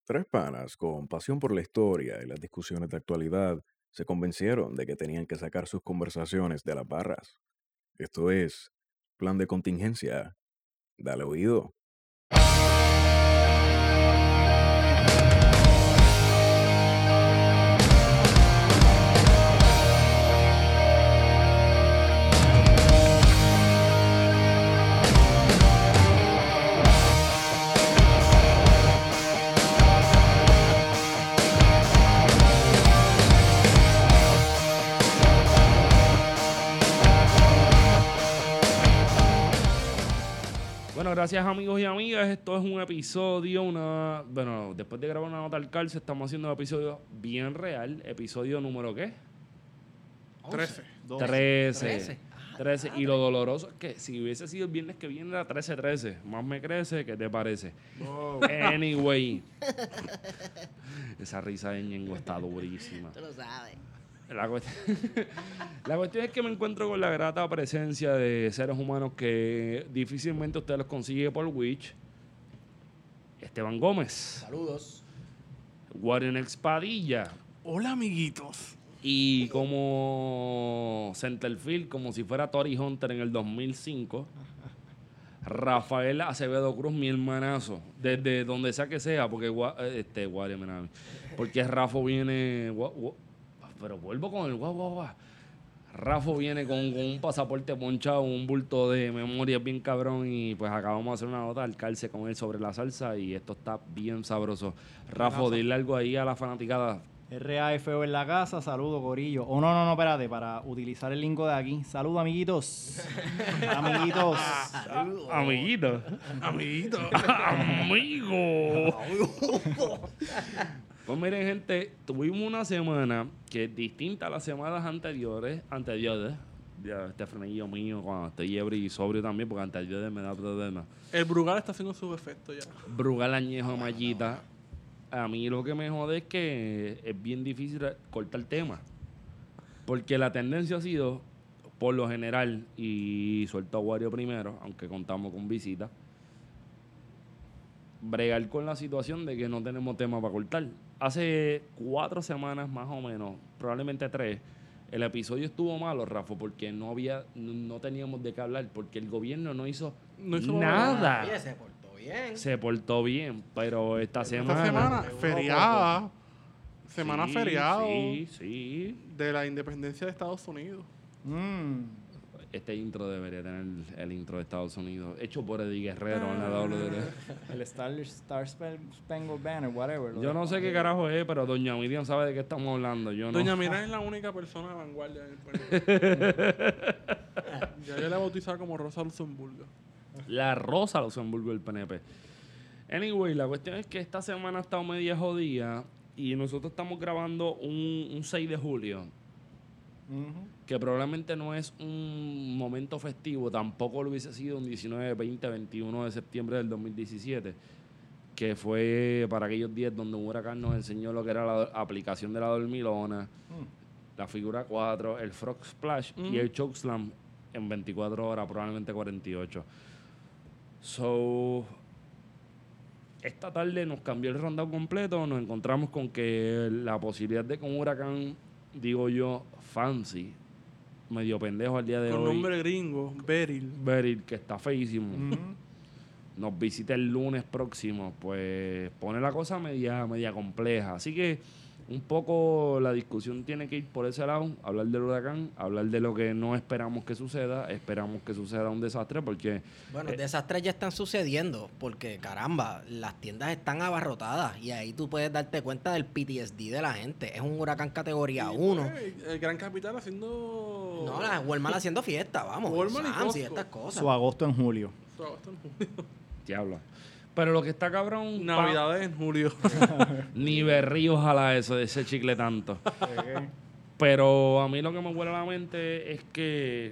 Tres panas con pasión por la historia y las discusiones de actualidad se convencieron de que tenían que sacar sus conversaciones de las barras. Esto es Plan de Contingencia. Dale oído. Bueno, gracias amigos y amigas. Esto es un episodio, bueno, después de grabar una nota al calce, estamos haciendo un episodio bien real. Episodio número ¿qué? 13. 13. 13. Y lo doloroso es que si hubiese sido el viernes que viene era 13-13. Más me crece, ¿qué te parece? Wow. Anyway. Esa risa de Ñengo está durísima. Tú lo sabes. La cuestión es que me encuentro con la grata presencia de seres humanos que difícilmente usted los consigue por Witch. Esteban Gómez, Saludos. Warren Expadilla Hola, amiguitos. y como Centerfield, como si fuera Tori Hunter en el 2005, Rafael Acevedo Cruz, mi hermanazo, desde donde sea que sea, porque Warren, mira, porque Rafa viene... Pero vuelvo con el guau. Rafa viene con un pasaporte ponchado, un bulto de memoria bien cabrón y pues acabamos de hacer una nota al calce con él sobre la salsa y esto está bien sabroso. Rafa, dile algo ahí a la fanaticada. RAFO en la casa, saludo, corillo. No, espérate, para utilizar el lingo de aquí. Saludo, amiguitos. Amiguitos. Amiguito. Amiguito. Amigo. Pues miren, gente, tuvimos una semana que es distinta a las semanas anteriores. Ya este frenillo mío cuando estoy ebrio y sobrio también, porque anteriores me da problemas. El Brugal está haciendo su efecto ya. Brugal añejo mallita. A mí lo que me jode es que es bien difícil cortar tema. Porque la tendencia ha sido, por lo general, y suelto a Wario primero, aunque contamos con visitas, bregar con la situación de que no tenemos tema para cortar. Hace 4 semanas más o menos, probablemente 3, el episodio estuvo malo, Rafa, porque no teníamos de qué hablar, porque el gobierno no hizo nada. Oye, se portó bien. Se portó bien, pero esta semana... Esta semana, feriada. Semana Sí, feriado Sí. de la independencia de Estados Unidos. Este intro debería tener el intro de Estados Unidos, hecho por Eddie Guerrero en la WWE. El Star Spangled Banner, whatever. Yo no sé qué carajo es, pero Doña Miriam sabe de qué estamos hablando. Yo Doña no. Mira es la única persona de vanguardia en el país. Ya yo la he bautizado como Rosa Luxemburgo. La Rosa Luxemburgo del PNP. Anyway, la cuestión es que esta semana ha estado media jodida y nosotros estamos grabando un 6 de julio. Que probablemente no es un momento festivo, tampoco lo hubiese sido un 19, 20, 21 de septiembre del 2017, que fue para aquellos días donde un huracán nos enseñó lo que era la aplicación de la dormilona, la figura 4, el frog splash y el chokeslam en 24 horas, probablemente 48. So, esta tarde nos cambió el rundown completo, nos encontramos con que la posibilidad de que un huracán, digo yo, fancy, medio pendejo al día de Con hoy, nombre gringo, Beryl. que está feísimo, nos visita el lunes próximo, pues pone la cosa media compleja. Así que un poco la discusión tiene que ir por ese lado, hablar del huracán, hablar de lo que no esperamos que suceda, esperamos que suceda un desastre porque... Bueno, desastres ya están sucediendo porque, caramba, las tiendas están abarrotadas y ahí tú puedes darte cuenta del PTSD de la gente. Es un huracán categoría 1. El Gran Capital haciendo... No, la Walmart haciendo fiesta, vamos. Walmart y Sam's Costco. estas cosas. Su agosto en julio. Diablo. Pero lo que está cabrón... Navidades en julio. Ni berrío ojalá eso de ese chicle tanto. Pero a mí lo que me huele a la mente es que...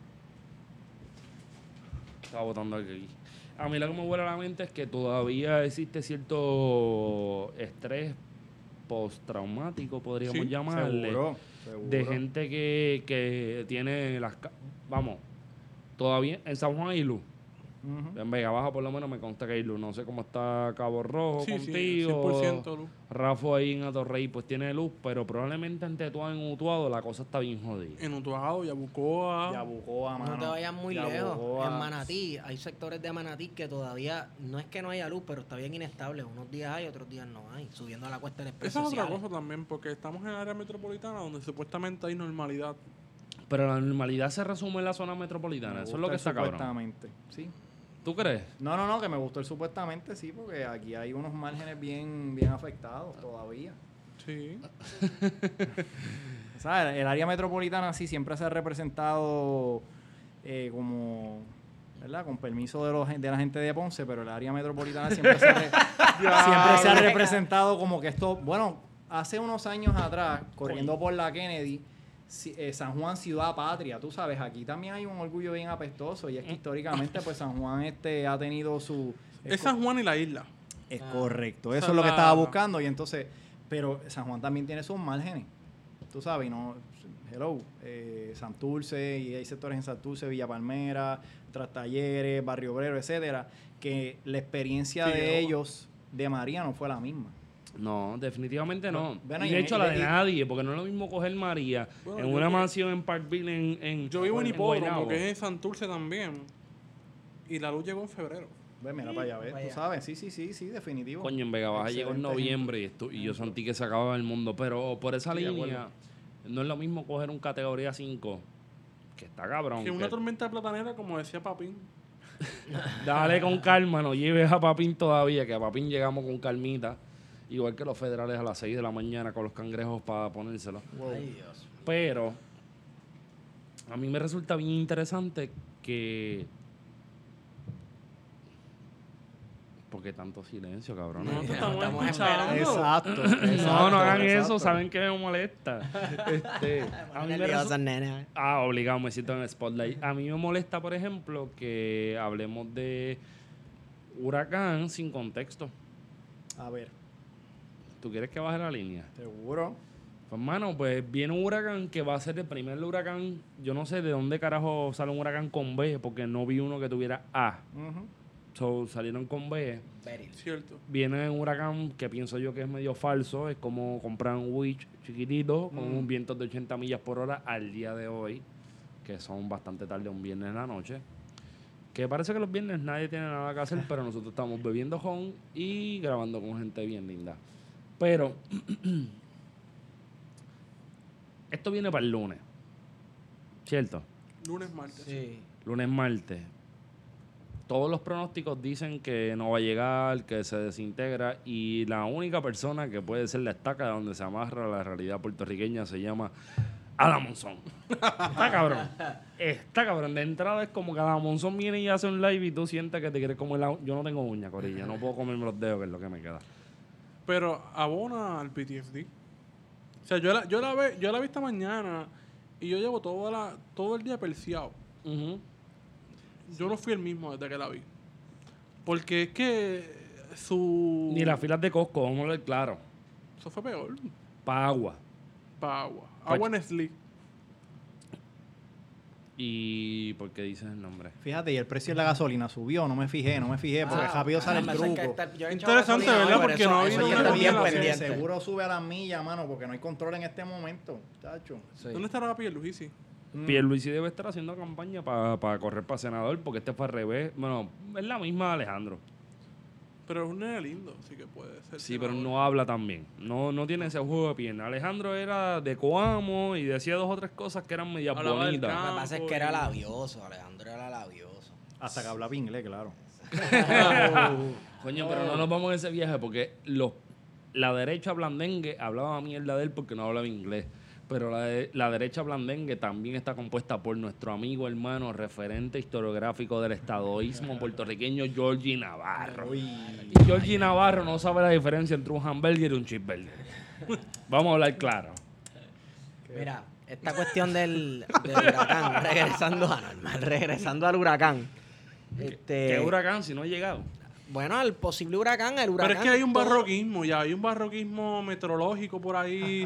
Estaba botando aquí. A mí lo que me huele a la mente es que todavía existe cierto estrés postraumático, podríamos Sí, llamarle. Seguro. De gente que tiene vamos, todavía en San Juan hay luz. En Vega Baja por lo menos me consta que hay luz. No sé cómo está Cabo Rojo Sí, contigo. 100% luz. Rafa ahí en Atorrey pues tiene luz, pero probablemente en Tetuán, en Utuado, la cosa está bien jodida. En Utuado, Yabucoa. Yabucoa, mano. No te vayas muy lejos. Yabucoa. En Manatí, hay sectores de Manatí que todavía, no es que no haya luz, pero está bien inestable. Unos días hay, otros días no hay. Subiendo a la cuesta del Expreso. Esa es otra cosa también, porque estamos en el área metropolitana donde supuestamente hay normalidad. Pero la normalidad se resume en la zona metropolitana. Me Eso es lo gusta que el está cabrón. supuestamente, sí. ¿Tú crees? No, que me gustó el supuestamente, sí, porque aquí hay unos márgenes bien afectados todavía. Sí. O sea, el área metropolitana sí siempre se ha representado como, ¿verdad? Con permiso de la gente de Ponce, pero el área metropolitana siempre se ha representado como que esto, bueno, hace unos años atrás, corriendo por la Kennedy, San Juan, ciudad patria, tú sabes, aquí también hay un orgullo bien apestoso y es que históricamente pues San Juan ha tenido su... Es San Juan y la isla. Es correcto, eso Esa es lo que es estaba la- buscando y entonces, pero San Juan también tiene sus márgenes, tú sabes, y no, Santurce, y hay sectores en Santurce, Villa Palmera, Trastalleres, Barrio Obrero, etcétera, que la experiencia de Figueroa. ellos de María no fue la misma. No, definitivamente no. Bueno, Y y- de hecho, y- la de y- nadie, porque no es lo mismo coger María Bueno, en yo una que- mansión en Parkville, en Yo vivo en Hipódromo, Guaynabo. que es en Santurce también. Y la luz llegó en febrero. Ve, mira para allá, ves, tú sabes, sí, definitivo. Coño, en Vega Baja llegó en Excelente noviembre y yo sentí que se acababa el mundo. Pero por esa Sí, de línea, no es lo mismo coger un categoría 5, que está cabrón. Que una que- tormenta platanera, como decía Papín. Dale con calma, no lleves a Papín todavía, que a Papín llegamos con calmita. Igual que los federales a las 6 de la mañana con los cangrejos para ponérselos. Ay, Dios. Pero a mí me resulta bien interesante que... ¿Por qué tanto silencio, cabrón? No te Ya, estamos estamos escuchando. Exacto. No, no hagan exacto. eso, saben que me molesta. A mí me Nerviosa, resu- nena. obligado, me siento en el spotlight. A mí me molesta, por ejemplo, que hablemos de huracán sin contexto. A ver, ¿Tú quieres que baje la línea? seguro. Pues, hermano, pues viene un huracán que va a ser el primer huracán. Yo no sé de dónde carajo sale un huracán con B, porque no vi uno que tuviera A. Ujú. So, salieron con B. Cierto. Viene un huracán que pienso yo que es medio falso. Es como comprar un Witch chiquitito con un viento de 80 millas por hora al día de hoy, que son bastante tarde, un viernes en la noche. Que parece que los viernes nadie tiene nada que hacer, pero nosotros estamos bebiendo jon y grabando con gente bien linda. Pero esto viene para el lunes, ¿cierto? Lunes, martes. Sí. Lunes, martes. Todos los pronósticos dicen que no va a llegar, que se desintegra y la única persona que puede ser la estaca de donde se amarra la realidad puertorriqueña se llama Adam Monzón. Está cabrón. Está cabrón. De entrada es como que Adam Monzón viene y hace un live y tú sientes que te quieres comer la... Yo no tengo uña, corilla. No puedo comerme los dedos, que es lo que me queda. Pero abona al PTSD. O sea, yo la vi esta mañana y yo llevo todo el día perseado. Ujú. Yo no fui el mismo desde que la vi. Porque es que su... Ni las filas de Costco, vamos a hablar claro. Eso fue peor. Pa' agua. Pa' agua. Agua Nestlé. ¿Y por qué dices el nombre? Fíjate, y el precio de la gasolina subió, no me fijé, porque rápido sale el truco. Interesante, ¿verdad? Porque no Eso no ya me está vi bien la pendiente. serie. Seguro sube a las millas, mano, porque no hay control en este momento, chacho. ¿Dónde estará Pierluisi? Pierluisi debe estar haciendo campaña para correr para senador, porque este fue al revés. Bueno, es la misma de Alejandro. Pero es un nene lindo, así que puede ser. Sí, pero senador. no habla tan bien. No tiene ese juego de pierna. Alejandro era de Coamo y decía 2 o 3 cosas que eran medias Hablaba del bonitas. campo. Lo que pasa es que era labioso, Alejandro era labioso. Hasta que hablaba inglés, claro. Coño, pero no nos vamos en ese viaje porque la derecha blandengue hablaba mierda de él porque no hablaba inglés. Pero la derecha blandengue también está compuesta por nuestro amigo, hermano, referente historiográfico del estadoísmo puertorriqueño, Georgie Navarro. Y Georgie Navarro no sabe la diferencia entre un hamburger y un cheeseburger. Vamos a hablar claro. Mira, esta cuestión del huracán, regresando al huracán. ¿Qué huracán si no ha llegado? Bueno, al posible huracán, el huracán. Pero es que hay un todo- barroquismo ya, hay un barroquismo meteorológico por ahí.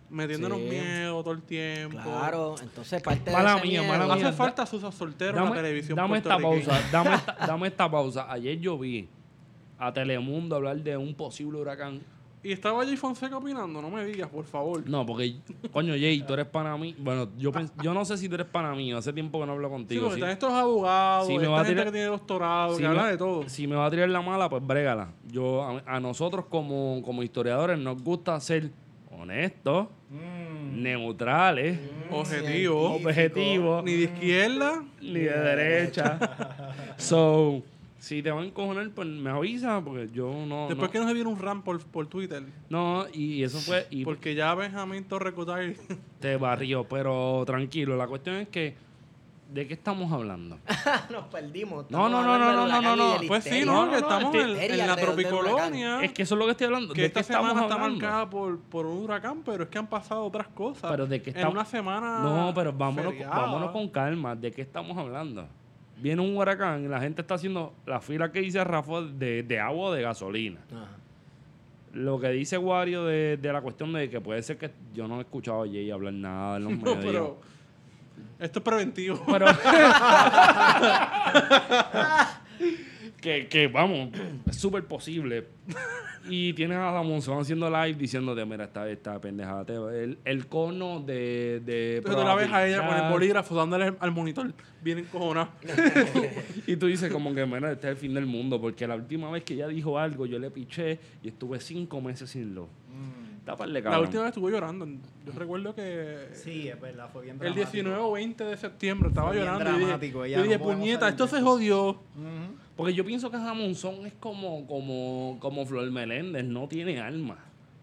metiéndonos Sí. miedo todo el tiempo. Claro, entonces parte de Mala ese mía, miedo- mala mía. Hace falta Susa Soltero en la televisión dame esta puertorriqueña. pausa, dame esta pausa. Ayer yo vi a Telemundo hablar de un posible huracán. Y estaba Jay Fonseca opinando, no me digas, por favor. No, porque, coño, Jay, tú eres pana mí. Bueno, yo no sé si tú eres pana mío. Hace tiempo que no hablo Sí, contigo. porque Sí. están estos abogados, Sí, me esta va a gente tirar- que tiene doctorado, Si que me- habla de todo. Si me va a tirar la mala, pues brégala. A nosotros como historiadores nos gusta ser honestos, neutrales, Objetivo. objetivos, Ni de izquierda. ni de derecha. So, si te van a encojonar, pues me avisa, porque yo no... Después que nos viene un rant por Twitter. No, y eso fue... Y Porque ya Benjamín Torrecotay te barrió, pero tranquilo. La cuestión es que... ¿De qué estamos hablando? Nos perdimos. No, estamos no, hablando no, del no, huracán no, y no. de la Pues sí, histeria. ¿no? No, Que no, estamos es en que- la alrededor del tropicolonia. Es que eso es lo que estoy hablando. Que ¿De esta qué estamos semana está hablando? marcada por un huracán, pero es que han pasado otras cosas. Pero de qué en estamos... una semana. No, pero feriada. vámonos con calma. ¿De qué estamos hablando? Viene un huracán y la gente está haciendo la fila que dice Rafa de agua o de gasolina. Ajá. Lo que dice Wario de la cuestión de que puede ser que yo no he escuchado a Jay hablar nada en los No, medios. pero esto es preventivo. Pero que vamos, es súper posible. Y tienes a la Monzón haciendo live diciéndote, mira, esta pendejada. El cono de Entonces tú la ves a ella con el probabilidad. bolígrafo dándole al monitor, bien encojonada. Y tú dices como que, mira, este es el fin del mundo. Porque la última vez que ella dijo algo, yo le piché y estuve 5 meses sin luz. Está par de La cabrón. última vez estuvo llorando. Yo recuerdo que Sí, es verdad, fue bien el dramático. 19 o 20 de septiembre estaba Fue bien llorando. Y dramático, dije, ella, yo dije, no podemos puñeta, salir esto de se esto". jodió. Porque yo pienso que Monzón es como Flor Meléndez, no tiene alma.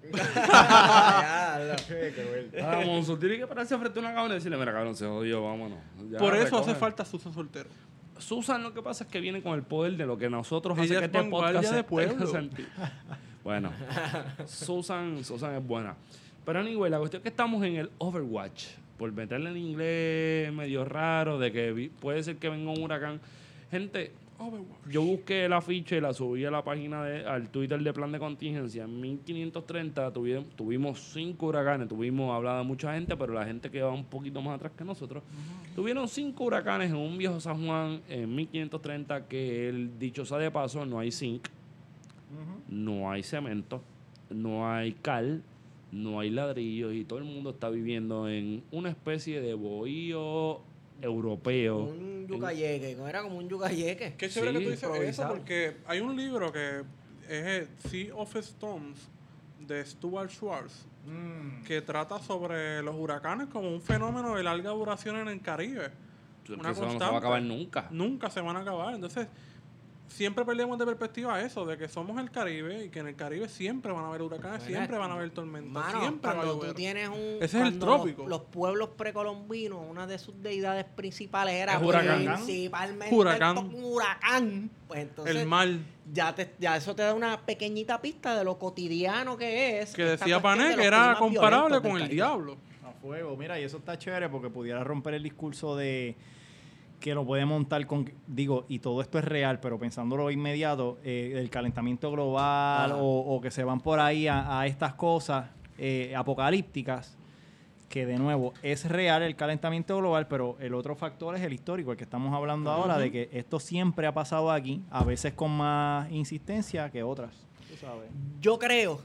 Monzón tiene que pararse frente a una cabrona y decirle, mira, cabrón, se jodió, vámonos. Ya, Por eso recoge. hace falta Susan Soltero. Susan lo que pasa es que viene con el poder de lo que nosotros Ella hace que es este vanguardia podcast de tenga pueblo. sentido. Bueno, Susan es buena. Pero anyway, la cuestión es que estamos en el Overwatch. Por meterle en inglés medio raro, de que puede ser que venga un huracán. Gente, yo busqué el afiche y la subí a la página al Twitter de Plan de Contingencia. En 1530 tuvimos 5 huracanes. Tuvimos hablado de mucha gente, pero la gente que va un poquito más atrás que nosotros. Tuvieron 5 huracanes en un viejo San Juan en 1530 que, el dicho sea de paso, no hay zinc, no hay cemento, no hay cal, no hay ladrillos y todo el mundo está viviendo en una especie de bohío europeo. Un yucayeque, era como un yucayeque. Qué chévere Sí, que tú dices eso, improvisado. porque hay un libro que es Sea of Storms de Stuart Schwartz, que trata sobre los huracanes como un fenómeno de larga duración en el Caribe. Que Una eso no se va constante. a acabar nunca. Nunca se van a acabar. Entonces, siempre perdemos de perspectiva eso, de que somos el Caribe y que en el Caribe siempre van a haber huracanes, Bueno, siempre van a haber tormentas, Mano, siempre va a cuando tú llover. tienes un... Ese es el cuando trópico. Los pueblos precolombinos, una de sus deidades principales era ¿Es huracán? principalmente Huracán. un huracán. Pues entonces El mar. ya eso te da una pequeñita pista de lo cotidiano que es. Que esta decía cuestión de Pané los que era climas comparable violentos con del el Caribe. diablo. A fuego, mira, y eso está chévere porque pudiera romper el discurso de que lo puede montar con, digo, y todo esto es real, pero pensándolo inmediato, el calentamiento global o que se van por ahí a estas cosas apocalípticas, que de nuevo es real el calentamiento global, pero el otro factor es el histórico, el que estamos hablando ahora, de que esto siempre ha pasado aquí, a veces con más insistencia que otras, tú sabes. Yo creo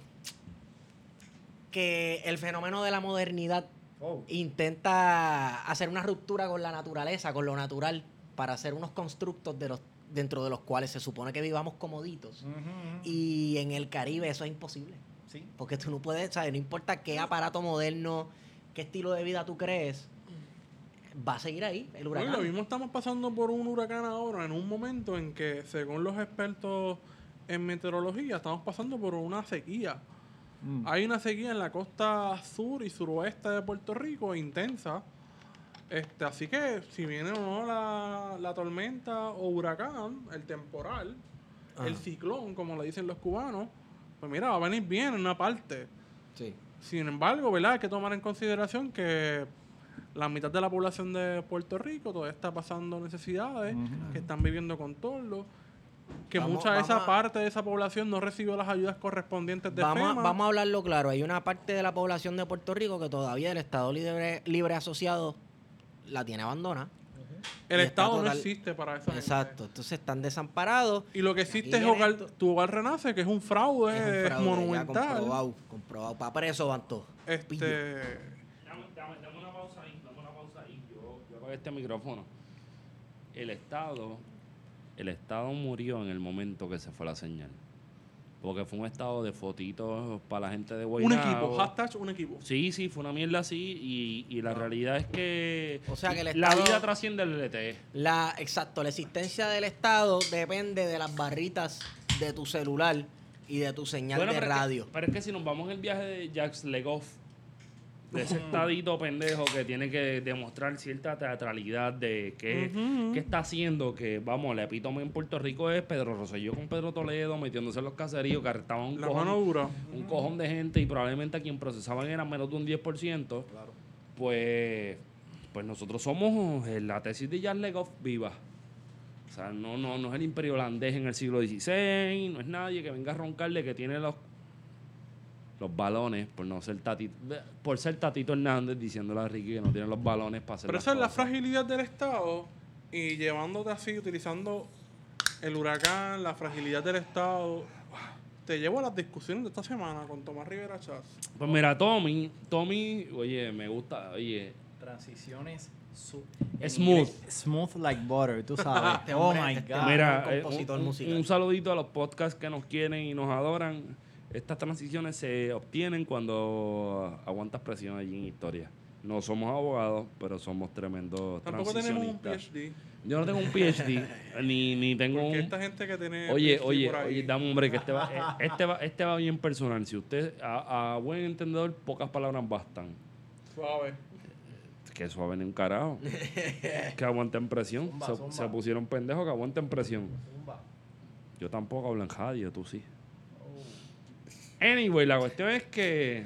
que el fenómeno de la modernidad intenta hacer una ruptura con la naturaleza, con lo natural, para hacer unos constructos dentro de los cuales se supone que vivamos comoditos. Y en el Caribe eso es imposible. Sí. Porque tú no puedes, ¿sabes? No importa qué aparato moderno, qué estilo de vida tú crees, va a seguir ahí el Bueno, huracán. lo mismo estamos pasando por un huracán ahora, en un momento en que, según los expertos en meteorología, estamos pasando por una sequía. Hay una sequía en la costa sur y suroeste de Puerto Rico intensa. Así que si viene o no la tormenta o huracán, el temporal, el ciclón, como le dicen los cubanos, pues mira, va a venir bien en una parte. Sí. Sin embargo, ¿verdad? Hay que tomar en consideración que la mitad de la población de Puerto Rico todavía está pasando necesidades, que están viviendo con torlos. que mucha de esa parte de esa población no recibió las ayudas correspondientes de FEMA. Vamos a hablarlo claro. Hay una parte de la población de Puerto Rico que todavía el Estado Libre Asociado la tiene abandonada. El Estado no existe para esa Exacto. gente. Entonces están desamparados. Y lo que existe es Tu Hogar Renace, que es un fraude, monumental. Comprobado. Para preso van todos. Dame una pausa ahí. Yo apagué este micrófono. El Estado murió en el momento que se fue la señal. Porque fue un estado de fotitos para la gente de Guaynabo. Un equipo. Sí, fue una mierda así. Y la realidad es que, o sea que el la Estado, vida trasciende el LTE. Exacto, la existencia del Estado depende de las barritas de tu celular y de tu señal de radio. Pero es que si nos vamos en el viaje de Jacques Legoff, de ese estadito pendejo que tiene que demostrar cierta teatralidad de qué está haciendo, que vamos, el epítome en Puerto Rico es Pedro Rosselló con Pedro Toledo metiéndose en los caseríos, que arrestaban un cojón de gente y probablemente a quien procesaban era menos de un 10%. Claro. Pues nosotros somos la tesis de Jacques Legoff viva. O sea, no es el imperio holandés en el siglo XVI, no es nadie que venga a roncarle que tiene los balones por ser Tatito Hernández diciéndole a Ricky que no tiene los balones para hacer. Pero esa es la fragilidad del Estado, y llevándote así, utilizando el huracán, la fragilidad del Estado, te llevo a las discusiones de esta semana con Tomás Rivera Chats. Pues mira, Tommy, oye, me gusta, transiciones smooth like butter, tú sabes. Oh my God. Mira, un saludito a los podcasts que nos quieren y nos adoran. Estas transiciones se obtienen cuando aguantas presión allí en historia. No somos abogados, pero somos tremendos Tampoco transicionistas. tenemos un PhD. Yo no tengo un PhD, ni tengo Porque esta gente que tiene Oye, por ahí. dame hombre, que este va bien personal. Si usted, a buen entendedor, pocas palabras bastan. Suave. Que suave ni un carajo. Que aguanten presión. Se pusieron pendejos que aguanten presión. Yo tampoco hablo en radio, tú sí. Anyway, la cuestión es que...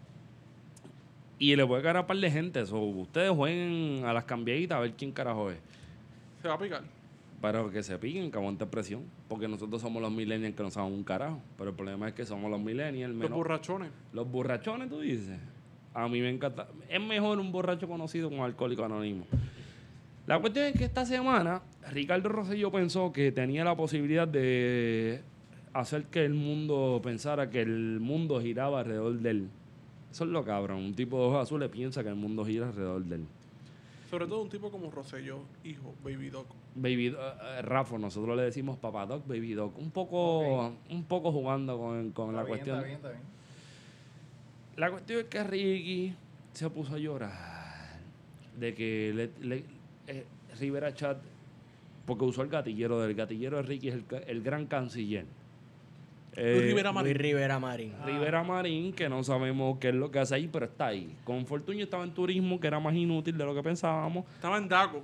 Y le voy a caer a par de gente. Ustedes jueguen a las cambiaditas a ver quién carajo es. Se va a picar. Pero que se piquen, que aguanten presión. Porque nosotros somos los millennials que no saben un carajo. Pero el problema es que somos los millennials. Los borrachones. Los borrachones, tú dices. A mí me encanta. Es mejor un borracho conocido como alcohólico anónimo. La cuestión es que esta semana Ricardo Rosselló pensó que tenía la posibilidad de hacer que el mundo pensara que el mundo giraba alrededor de él. Eso es lo cabrón. Un tipo de ojos azules piensa que el mundo gira alrededor de él. Sobre todo un tipo como Rosselló, hijo, Baby Doc. Rafa, nosotros le decimos Papá Doc, Baby Doc. Un poco jugando con la cuestión. Está bien. La cuestión es que Ricky se puso a llorar de que Rivera Chat, porque usó el gatillero del gatillero de Ricky, es el gran canciller. Luis Rivera Marín. Rivera Marín, que no sabemos qué es lo que hace ahí, pero está ahí. Con Fortuño estaba en turismo, que era más inútil de lo que pensábamos. Estaba en Daco.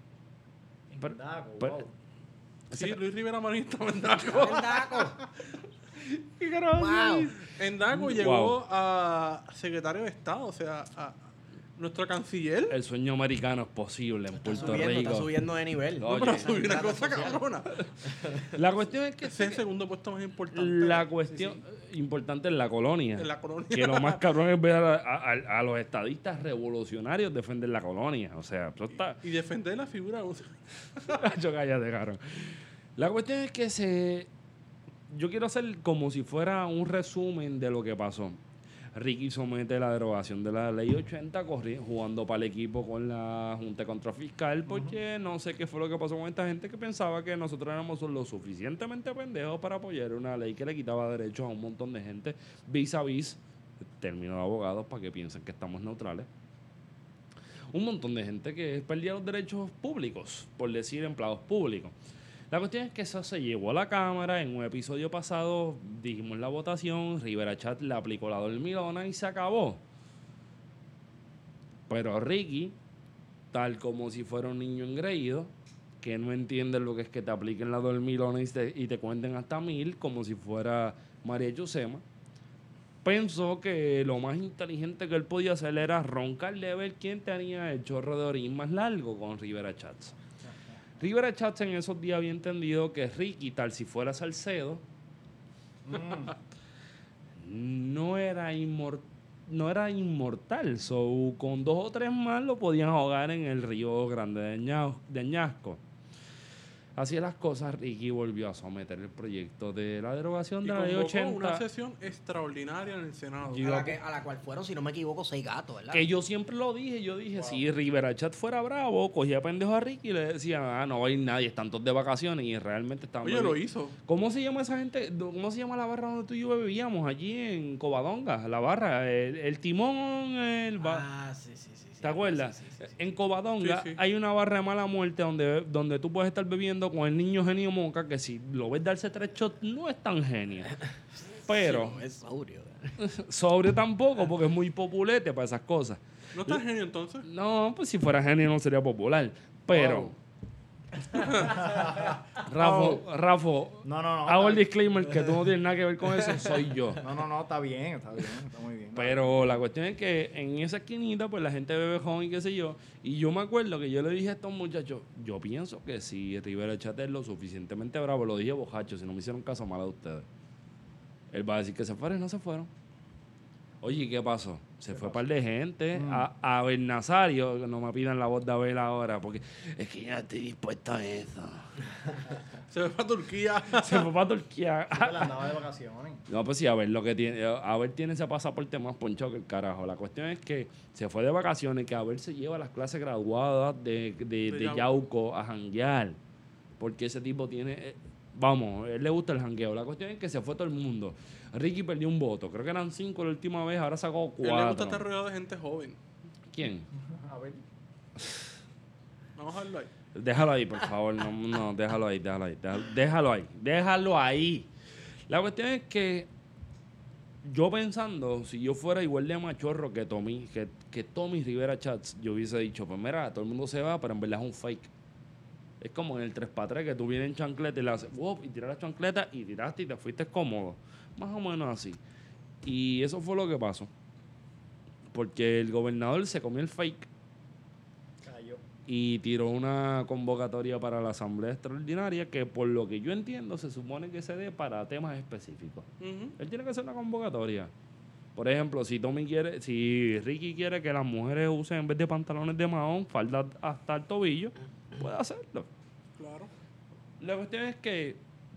Wow. Sí, Luis Rivera Marín estaba en Daco. ¿Qué carajo? Wow. En Daco llegó a secretario de Estado, o sea, a nuestro canciller. El sueño americano es posible en Puerto Rico. Está subiendo de nivel. Oye, pero subió una cosa cabrona. La cuestión es que ese es el segundo puesto más importante. La cuestión importante es la colonia. En la colonia. Que lo más cabrón es ver a los estadistas revolucionarios defender la colonia. O sea, eso está... Y defender la figura. Yo cállate, cabrón. La cuestión es que yo quiero hacer como si fuera un resumen de lo que pasó. Ricky somete la derogación de la ley 80 jugando para el equipo con la Junta de Control Fiscal porque no sé qué fue lo que pasó con esta gente que pensaba que nosotros éramos lo suficientemente pendejos para apoyar una ley que le quitaba derechos a un montón de gente vis a vis, término de abogados para que piensen que estamos neutrales. Un montón de gente que perdía los derechos públicos, por decir empleados públicos. La cuestión es que eso se llevó a la Cámara. En un episodio pasado dijimos la votación, Rivera Chat le aplicó la dormilona y se acabó. Pero Ricky, tal como si fuera un niño engreído, que no entiende lo que es que te apliquen la dormilona y te cuenten hasta 1000, como si fuera María Yusema, pensó que lo más inteligente que él podía hacer era roncarle a ver quién tenía el chorro de orín más largo con Rivera Chats. Rivera Chats en esos días había entendido que Ricky, tal si fuera Salcedo, no era inmortal. So, con 2 o 3 más lo podían ahogar en el río Grande de Añasco. Así las cosas, Ricky volvió a someter el proyecto de la derogación de la ley 80. Una sesión extraordinaria en el Senado. A la cual fueron, si no me equivoco, 6 gatos, ¿verdad? Que yo siempre lo dije. Yo dije, si Rivera Chat fuera bravo, cogía pendejo a Ricky y le decía, no va a ir nadie, están todos de vacaciones. Y realmente estaban... Oye, lo hizo. ¿Cómo se llama esa gente? ¿Cómo se llama la barra donde tú y yo bebíamos? Allí en Covadonga, la barra. El timón, Sí. ¿Te acuerdas? Sí. En Covadonga Sí. hay una barra de mala muerte donde tú puedes estar bebiendo con el niño genio Moca, que si lo ves darse 3 shots, no es tan genio. Pero... Sí, es sobrio. Sobrio tampoco, porque es muy populete para esas cosas. ¿No está genio entonces? No, pues si fuera genio no sería popular. Pero... Wow. Rafa, No, hago el disclaimer que tú no tienes nada que ver con eso, soy yo. No, está bien, está muy bien. Pero la cuestión es que en esa esquinita, pues la gente bebe joven y qué sé yo. Y yo me acuerdo que yo le dije a estos muchachos, yo pienso que si Rivera Chat es lo suficientemente bravo, lo dije bojacho, si no me hicieron caso mal a ustedes. Él va a decir que se fueron y no se fueron. Oye, ¿qué pasó? Se fue un par de gente. A Abel Nazario, que no me pidan la voz de Abel ahora, porque es que yo no estoy dispuesto a eso. Se fue para Turquía. Se fue para Turquía. Él andaba de vacaciones. No, pues sí, Abel lo que tiene, Abel tiene ese pasaporte más ponchado que el carajo. La cuestión es que se fue de vacaciones, que Abel se lleva las clases graduadas de Yauco a janguear. Porque ese tipo tiene... Vamos, él le gusta el jangueo. La cuestión es que se fue todo el mundo. Ricky perdió un voto. Creo que eran 5 la última vez, ahora sacó 4. A él le gusta estar rodeado de gente joven. ¿Quién? A ver. Vamos a verlo ahí. Déjalo ahí, por favor. No, déjalo ahí. Déjalo ahí. La cuestión es que yo pensando, si yo fuera igual de machorro que Tommy Rivera Chats, yo hubiese dicho, pues mira, todo el mundo se va, pero en verdad es un fake. Es como en el 3x3 que tú vienes en chancleta y le haces y tiras la chancleta y tiraste y te fuiste cómodo. Más o menos así. Y eso fue lo que pasó. Porque el gobernador se comió el fake Cayó. y tiró una convocatoria para la asamblea extraordinaria que por lo que yo entiendo se supone que se dé para temas específicos. Él tiene que hacer una convocatoria. Por ejemplo, si Ricky quiere que las mujeres usen en vez de pantalones de mahón, falda hasta el tobillo, puede hacerlo. Claro. La cuestión es que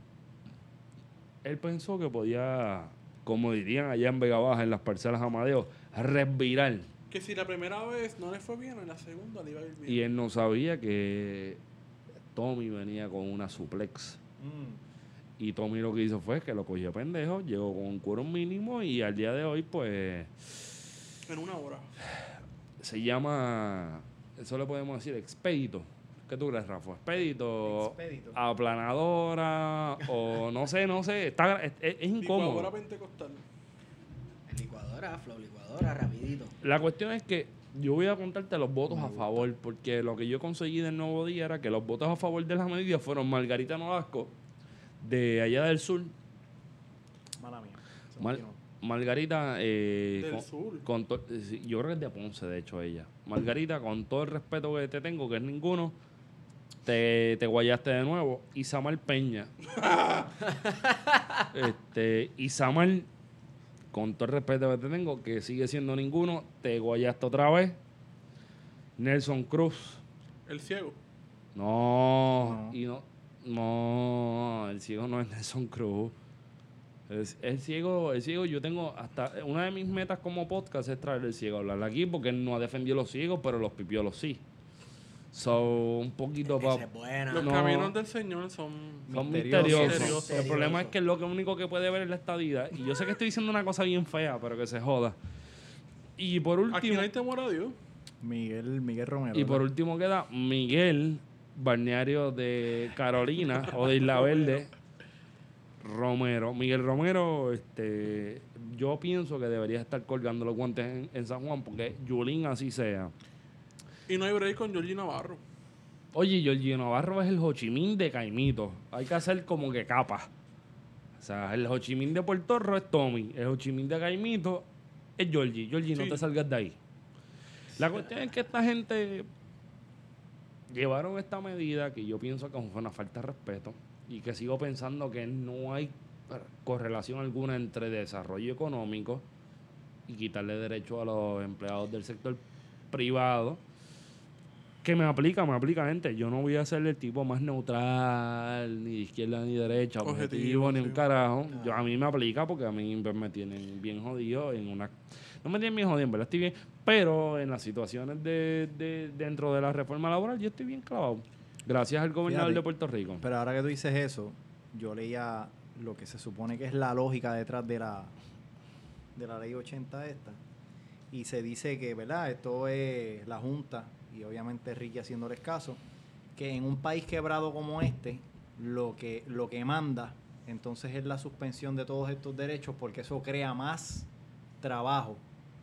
él pensó que podía, como dirían allá en Vega Baja, en las parcelas Amadeo, respirar. Que si la primera vez no le fue bien, en la segunda le iba a ir bien. Y él no sabía que Tommy venía con una suplex. Y Tommy lo que hizo fue que lo cogió pendejo, llegó con un quórum mínimo y al día de hoy, pues... En una hora. Se llama... Eso le podemos decir expedito. ¿Qué tú crees, Rafa? Expedito. Aplanadora o no sé. Es incómodo. Licuadora pentecostal. Flow licuadora, rapidito. La cuestión es que yo voy a contarte los votos a favor, porque lo que yo conseguí del Nuevo Día era que los votos a favor de las medidas fueron Margarita Nolasco, de allá del sur. Mala mía. Margarita... Del sur. Yo creo que es de Ponce, de hecho, ella. Margarita, con todo el respeto que te tengo, que es ninguno, te guayaste de nuevo. Isamar Peña. Isamar, con todo el respeto que te tengo, que sigue siendo ninguno, te guayaste otra vez. Nelson Cruz. El ciego. No, el ciego no es Nelson Cruz. El ciego, yo tengo hasta una de mis metas como podcast es traer el ciego a hablar aquí porque él no ha defendido a los ciegos, pero los pipiolos sí. So, un poquito para... Los caminos del Señor son misteriosos. El problema es que lo único que puede ver es la estadía. Y yo sé que estoy diciendo una cosa bien fea, pero que se joda. Y por último... Aquí no hay temor a Dios. Miguel Romero. Y por último queda Miguel, balneario de Carolina o de Isla Verde. Romero. Miguel Romero, yo pienso que debería estar colgando los guantes en San Juan porque Yulín así sea. Y no hay break con Georgie Navarro. Oye, Georgie Navarro es el Ho Chi Minh de Caimito. Hay que hacer como que capa. O sea, el Ho Chi Minh de Puerto Rico es Tommy. El Ho Chi Minh de Caimito es Georgie. Georgie, no te salgas de ahí. La cuestión es que esta gente llevaron esta medida que yo pienso que fue una falta de respeto y que sigo pensando que no hay correlación alguna entre desarrollo económico y quitarle derecho a los empleados del sector privado. Que me aplica, gente. Yo no voy a ser el tipo más neutral, ni de izquierda ni de derecha, objetivo, ni un carajo. A mí me aplica porque a mí me tienen bien jodido en una... No me tienen bien jodido, en verdad estoy bien, pero en las situaciones dentro de la reforma laboral yo estoy bien clavado. Gracias al gobernador de Puerto Rico. Pero ahora que tú dices eso, yo leía lo que se supone que es la lógica detrás de la ley 80 esta. Y se dice que, ¿verdad? Esto es la Junta... y obviamente Ricky haciéndoles caso, que en un país quebrado como este, lo que manda entonces es la suspensión de todos estos derechos, porque eso crea más trabajo.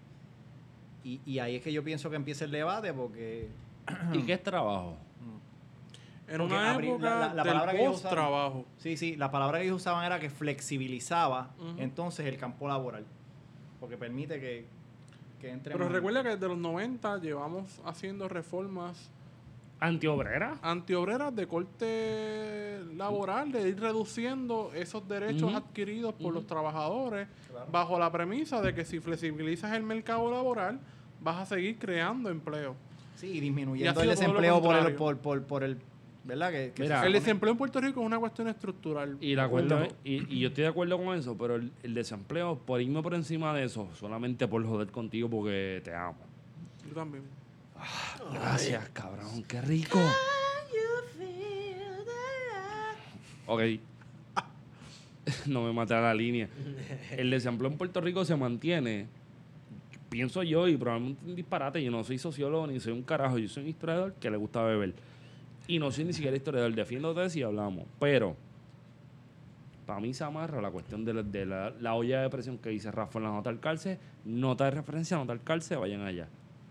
Y ahí es que yo pienso que empieza el debate, porque... ¿Y qué es trabajo? En una época la palabra del que ellos post-trabajo. Sí, la palabra que ellos usaban era que flexibilizaba entonces el campo laboral, porque permite que entre Pero más. recuerda que desde los 90 llevamos haciendo reformas ¿Antiobreras? de corte laboral, de ir reduciendo esos derechos adquiridos por los trabajadores, bajo la premisa de que si flexibilizas el mercado laboral, vas a seguir creando empleo. Sí, y disminuyendo Y el ha sido todo lo desempleo contrario. por el... ¿Verdad? Mira, El desempleo en Puerto Rico es una cuestión estructural. Y la cuestión y yo estoy de acuerdo con eso, pero el desempleo, por irme por encima de eso, solamente por joder contigo porque te amo. Yo también. Gracias, cabrón, qué rico. Ok. No me maté a la línea. El desempleo en Puerto Rico se mantiene, pienso yo, y probablemente un disparate. Yo no soy sociólogo ni soy un carajo, yo soy un historiador que le gusta beber. Y no soy ni siquiera historiador, defiendo de eso y hablamos. Pero, para mí se amarra la cuestión de la olla de presión que dice Rafa en la nota al cárcel. Nota de referencia, nota al cárcel, vayan allá.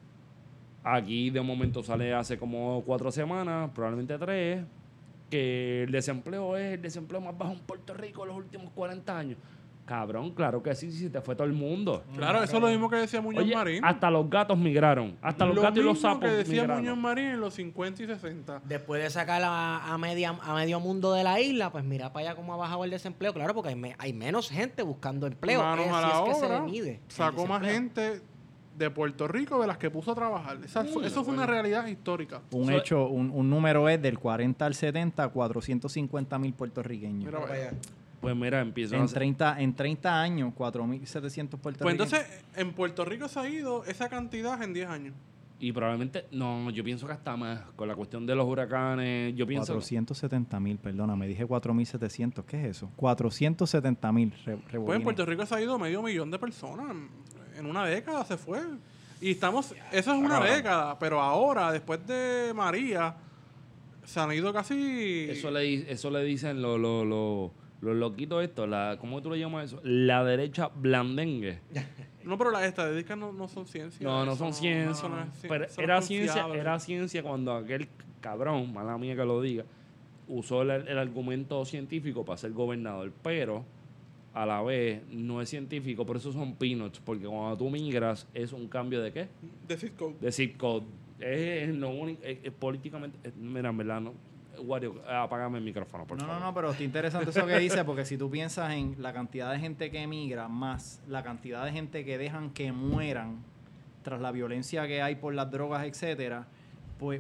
Aquí de momento sale hace como 4 semanas, probablemente 3, que el desempleo es el desempleo más bajo en Puerto Rico en los últimos 40 años. Cabrón, claro que sí, se te fue todo el mundo. Claro, eso es lo mismo que decía Muñoz Oye, Marín. hasta los gatos migraron. Hasta los gatos y los sapos Lo mismo que decía migraron. Muñoz Marín en los 50 y 60. Después de sacar a medio mundo de la isla, pues mira para allá cómo ha bajado el desempleo. Claro, porque hay menos gente buscando empleo. Manos a la es que se obra, mide el sacó más desempleo. gente de Puerto Rico de las que puso a trabajar. Eso fue una realidad histórica. Un número es del 40 al 70, 450,000 puertorriqueños. Mira, vaya. Pues mira, empiezan En 30 años, 4,700 Pues puertorriqueños. entonces, en Puerto Rico se ha ido esa cantidad en 10 años. Y probablemente, no, yo pienso que hasta más, con la cuestión de los huracanes, yo pienso... 470,000, perdóname, dije 4,700. ¿Qué es eso? 470,000. Pues en Puerto Rico se ha ido 500,000 de personas. En una década se fue. Y estamos... Eso es una década, pero ahora, después de María, se han ido casi... Eso le dicen los loquitos estos, ¿cómo tú le llamas eso? La derecha blandengue. No, pero las estadísticas no son ciencia. No son ciencia. eso no es Pero eso no era es ciencia, confiable. era ciencia cuando aquel cabrón, mala mía que lo diga, usó el argumento científico para ser gobernador. Pero a la vez no es científico, por eso son peanuts. Porque cuando tú migras es un cambio de ¿qué? De zip code. De zip code. Es lo único, políticamente, mira, en verdad, no. Wario, apágame el micrófono, por favor. No, pero está interesante eso que dice, porque si tú piensas en la cantidad de gente que emigra, más la cantidad de gente que dejan que mueran tras la violencia que hay por las drogas, etcétera, pues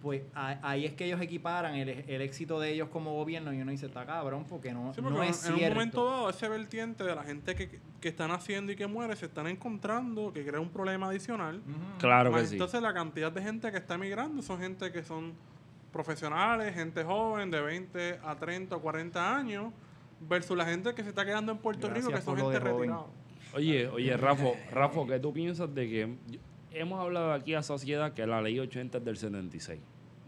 ahí es que ellos equiparan el éxito de ellos como gobierno y uno dice, está cabrón, porque no, Sí, porque no es en cierto. un momento dado, ese vertiente de la gente que están haciendo y que muere, se están encontrando, que crea un problema adicional. Claro que Más sí. entonces, la cantidad de gente que está emigrando son gente que son profesionales, gente joven de 20 a 30 o 40 años, versus la gente que se está quedando en Puerto Gracias Rico, que son por lo gente de joven. retirada. Oye, Rafa, ¿qué tú piensas de que hemos hablado aquí a sociedad que la ley 80 es del 76?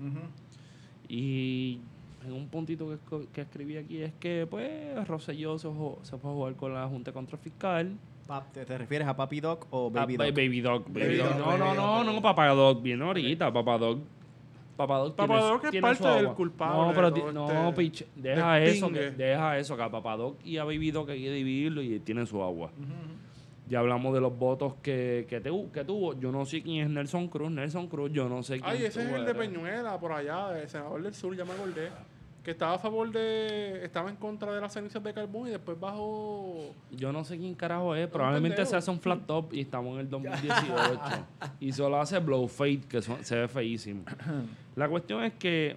Y en un puntito que escribí aquí es que, pues, Rosselló se fue a jugar con la Junta de Control Fiscal. ¿Te refieres a Papi Doc o Baby Doc? Baby Dog. Baby Dog. No, Papá Dog, bien ahorita, Papá Dog Papadoc es tiene parte su agua. del culpable No, pero de todo no, este pitch, deja eso, despingue. que a Papadoc y a Baby Dog hay que dividirlo y tienen su agua. Ya hablamos de los votos que tuvo. Yo no sé quién es Nelson Cruz. Yo no sé quién Ay, ese es tú el de eres. Peñuela, por allá, el senador del sur, ya me acordé. Que estaba en contra de las cenizas de carbón y después bajó... Yo no sé quién carajo es. Probablemente pendejo. se hace un flat top y estamos en el 2018. Y solo hace blow fade, que se ve feísimo. La cuestión es que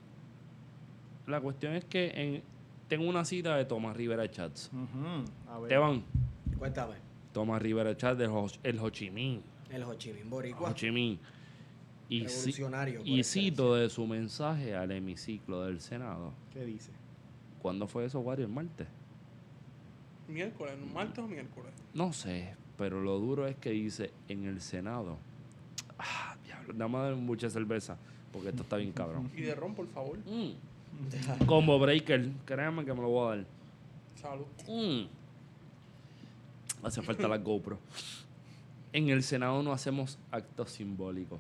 tengo una cita de Tomás Rivera Chats. A ver. Esteban, Cuéntame. Tomás Rivera Chats el Ho Chi Minh. El Ho Chi Minh Boricua. Ho Chi Minh. Revolucionario, por Y cito de su mensaje al hemiciclo del Senado. ¿Qué dice? ¿Cuándo fue eso, Wario? ¿El martes? Miércoles, ¿martes o miércoles? No sé, pero lo duro es que dice en el Senado. Diablo, nada más mucha cerveza, porque esto está bien cabrón. Y de ron, por favor. Combo breaker, créanme que me lo voy a dar. Salud. Hace falta la GoPro. En el Senado no hacemos actos simbólicos.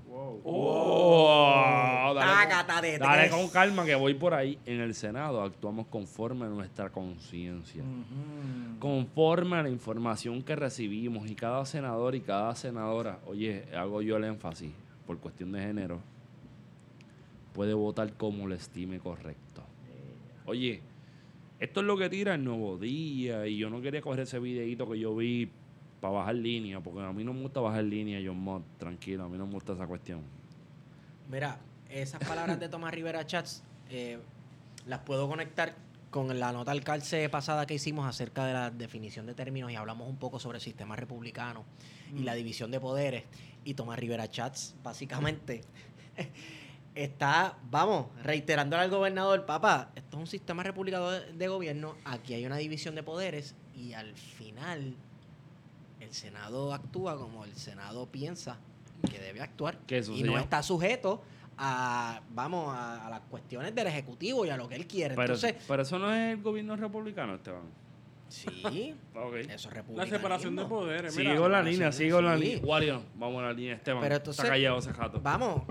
Wow. Tácata de Dale tres. con calma que voy por ahí. En el Senado actuamos conforme a nuestra conciencia. Conforme a la información que recibimos. Y cada senador y cada senadora, oye, hago yo el énfasis, por cuestión de género, puede votar como le estime correcto. Oye, esto es lo que tira el Nuevo Día. Y yo no quería coger ese videíto que yo vi para bajar línea, porque a mí no me gusta bajar línea, John Mott, tranquilo, a mí no me gusta esa cuestión. Mira, esas palabras de Tomás Rivera Chats las puedo conectar con la nota al calce pasada que hicimos acerca de la definición de términos y hablamos un poco sobre el sistema republicano y la división de poderes. Y Tomás Rivera Chats, básicamente, está, reiterándole al gobernador, papá, esto es un sistema republicano de gobierno, aquí hay una división de poderes y al final el Senado actúa como el Senado piensa que debe actuar Que eso y se no llama- está sujeto a las cuestiones del Ejecutivo y a lo que él quiere. Pero Entonces, eso no es el gobierno republicano, Esteban. sí, Ok. eso es La republicanismo. separación de poderes. Sigue Mira, con la separación línea, de- sigue con la sí. línea. Wario, vamos a la línea, Esteban. Pero entonces, Está callado ese jato. Vamos,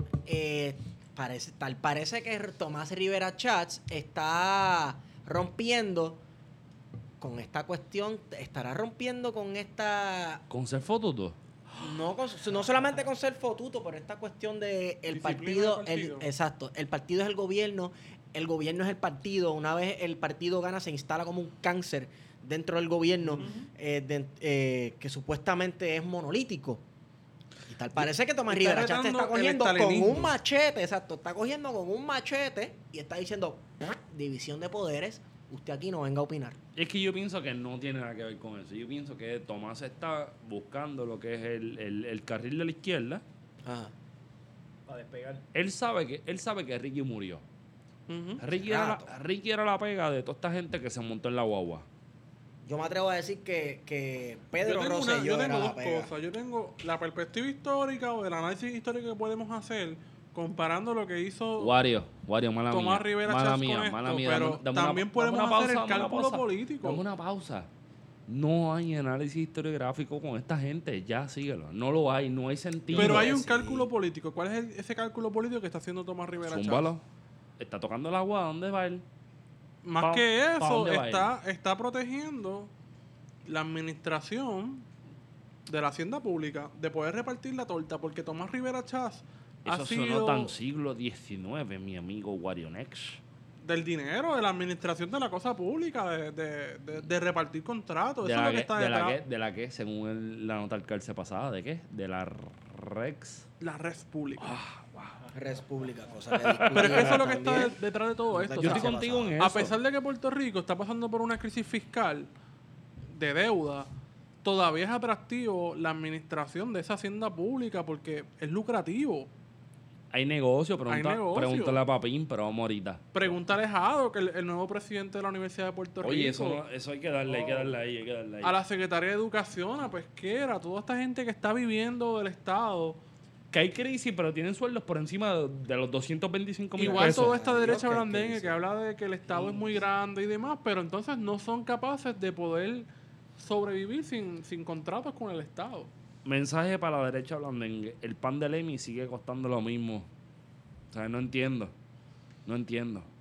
parece que Tomás Rivera Chats está rompiendo con esta cuestión, estará rompiendo con esta, ¿Con ser fotuto? no solamente con ser fotuto, pero esta cuestión de el Disciplina partido, del partido. exacto, el partido es el gobierno es el partido, una vez el partido gana se instala como un cáncer dentro del gobierno que supuestamente es monolítico. Y tal parece que Tomás Está Rivera Chats está retando el cogiendo con estalinismo. un machete, exacto, está cogiendo con un machete y está diciendo división de poderes, usted aquí no venga a opinar. Es que yo pienso que no tiene nada que ver con eso. Yo pienso que Tomás está buscando lo que es el carril de la izquierda. Ajá. Para despegar. Él sabe que Ricky murió. Ujú. Ricky era la pega de toda esta gente que se montó en la guagua. Yo me atrevo a decir que Pedro Yo tengo Rosselló yo era tengo la dos pega. cosas. Yo tengo la perspectiva histórica o el análisis histórico que podemos hacer comparando lo que hizo Wario, mala Tomás mía. Rivera mala Chats mía, con mala esto, mía. pero también podemos una hacer el dame una cálculo pausa. político. Dame una pausa. No hay análisis historiográfico con esta gente. Ya síguelo. No lo hay. No hay sentido. Pero hay un Sí. cálculo político. ¿Cuál es ese cálculo político que está haciendo Tomás Rivera Chats? Zúmbalo. Está tocando el agua. ¿Dónde va él? Más ¿Pa- que pa eso, dónde va está protegiendo la administración de la hacienda pública de poder repartir la torta, porque Tomás Rivera Chats ha Eso sido sonó tan siglo XIX, mi amigo Warionex. del dinero, de la administración de la cosa pública, de repartir contratos. Eso es lo que está detrás. De la que, según la nota al calce pasada, ¿de qué? De la Rex. La red pública. Res Pública, cosa que discutimos Pero es que eso es lo que está también. detrás de todo esto. Yo O Yo sea, estoy contigo en eso. a pesar de que Puerto Rico está pasando por una crisis fiscal de deuda, todavía es atractivo la administración de esa hacienda pública porque es lucrativo. Hay negocio, negocio. pregúntale a Papín, pero vamos ahorita. Pregúntale a Jado, que el nuevo presidente de la Universidad de Puerto Oye, Rico. eso hay que darle, hay que darle ahí. A la Secretaría de Educación, a Pesquera, toda esta gente que está viviendo del Estado. Que hay crisis, pero tienen sueldos por encima de los 225 mil Igual pesos. toda esta derecha Dios, qué blandengue crisis. que habla de que el Estado es muy grande y demás, pero entonces no son capaces de poder sobrevivir sin contratos con el Estado. Mensaje para la derecha blandengue. El pan de Lemi sigue costando lo mismo. O sea, no entiendo.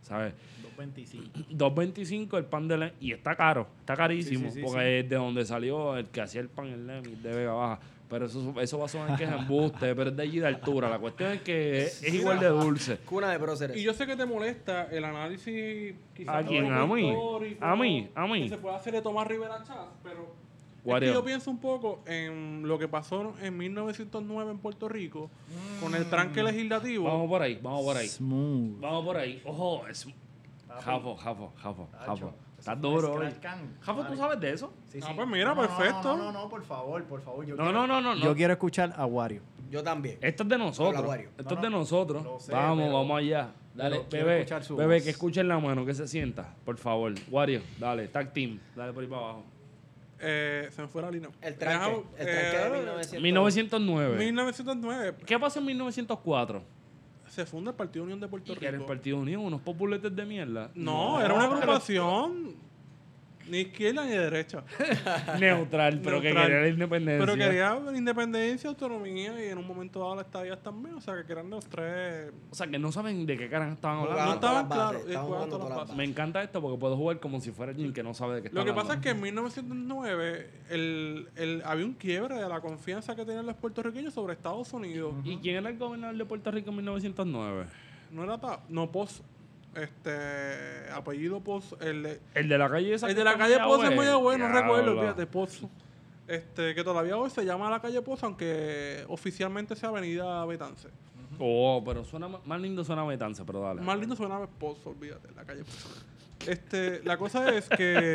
¿sabes? 2.25. 2.25 el pan de Lemmy. Y está caro, está carísimo. Sí, porque es de donde salió el que hacía el pan el Lemmy, de Vega Baja. Pero eso va a sonar que es embuste, pero es de allí de altura. La cuestión es que es igual de dulce. Cuna de próceres. Y yo sé que te molesta el análisis quizás ¿A quién? un ¿A poco mí? histórico, ¿A mí? ¿A mí? que se puede hacer de Tomás Rivera Chávez, pero es Wario. que yo pienso un poco en lo que pasó en 1909 en Puerto Rico con el tranque legislativo. Vamos por ahí, vamos por ahí. Smooth. Vamos por ahí. Ojo, es... Jafo. Estás duro hoy. Jafo, ¿tú sabes de eso? Sí, Ah, sí. pues mira, perfecto. No, por favor. No. Yo quiero escuchar a Wario. Yo también. Esto es de nosotros. Habla, Wario. Esto es de nosotros. Lo sé, Vamos, pero- vamos allá. Dale, pero quiero bebé, escuchar su bebé, voz. que escuchen la mano, que se sienta, por favor. Wario, dale, tag team, dale por ahí para abajo. Se me fue la línea. El tranque de 1900. 1909. 1909 ¿Qué pasa en 1904? se funda el Partido Unión de Puerto ¿Y qué era el Rico. Partido Unión? ¿Unos populetes de mierda? No, era una agrupación ni izquierda ni derecha. Neutral, pero que Neutral. quería la independencia. Pero quería independencia, autonomía y en un momento dado la estadía también. O sea, que eran los tres. O sea, que no saben de qué carajo estaban No Jugaban hablando. estaban todas las claros. bases, estaban jugaban jugando todas las todas las bases. Me encanta esto porque puedo jugar como si fuera alguien que no sabe de qué está Lo que hablando. pasa es que en 1909 había un quiebre de la confianza que tenían los puertorriqueños sobre Estados Unidos. ¿Y quién era el gobernador de Puerto Rico en 1909? No era Poz, apellido Poz, El de la calle esa. el que de la está calle en Poz es Mayagüez. no recuerdo, Diablo. fíjate, Poz. Que todavía hoy se llama la calle Poz, aunque oficialmente sea Avenida Betance. Oh, pero suena más lindo suena Betanza, pero dale. Más lindo suena Poz, olvídate, la calle Poz. La cosa es que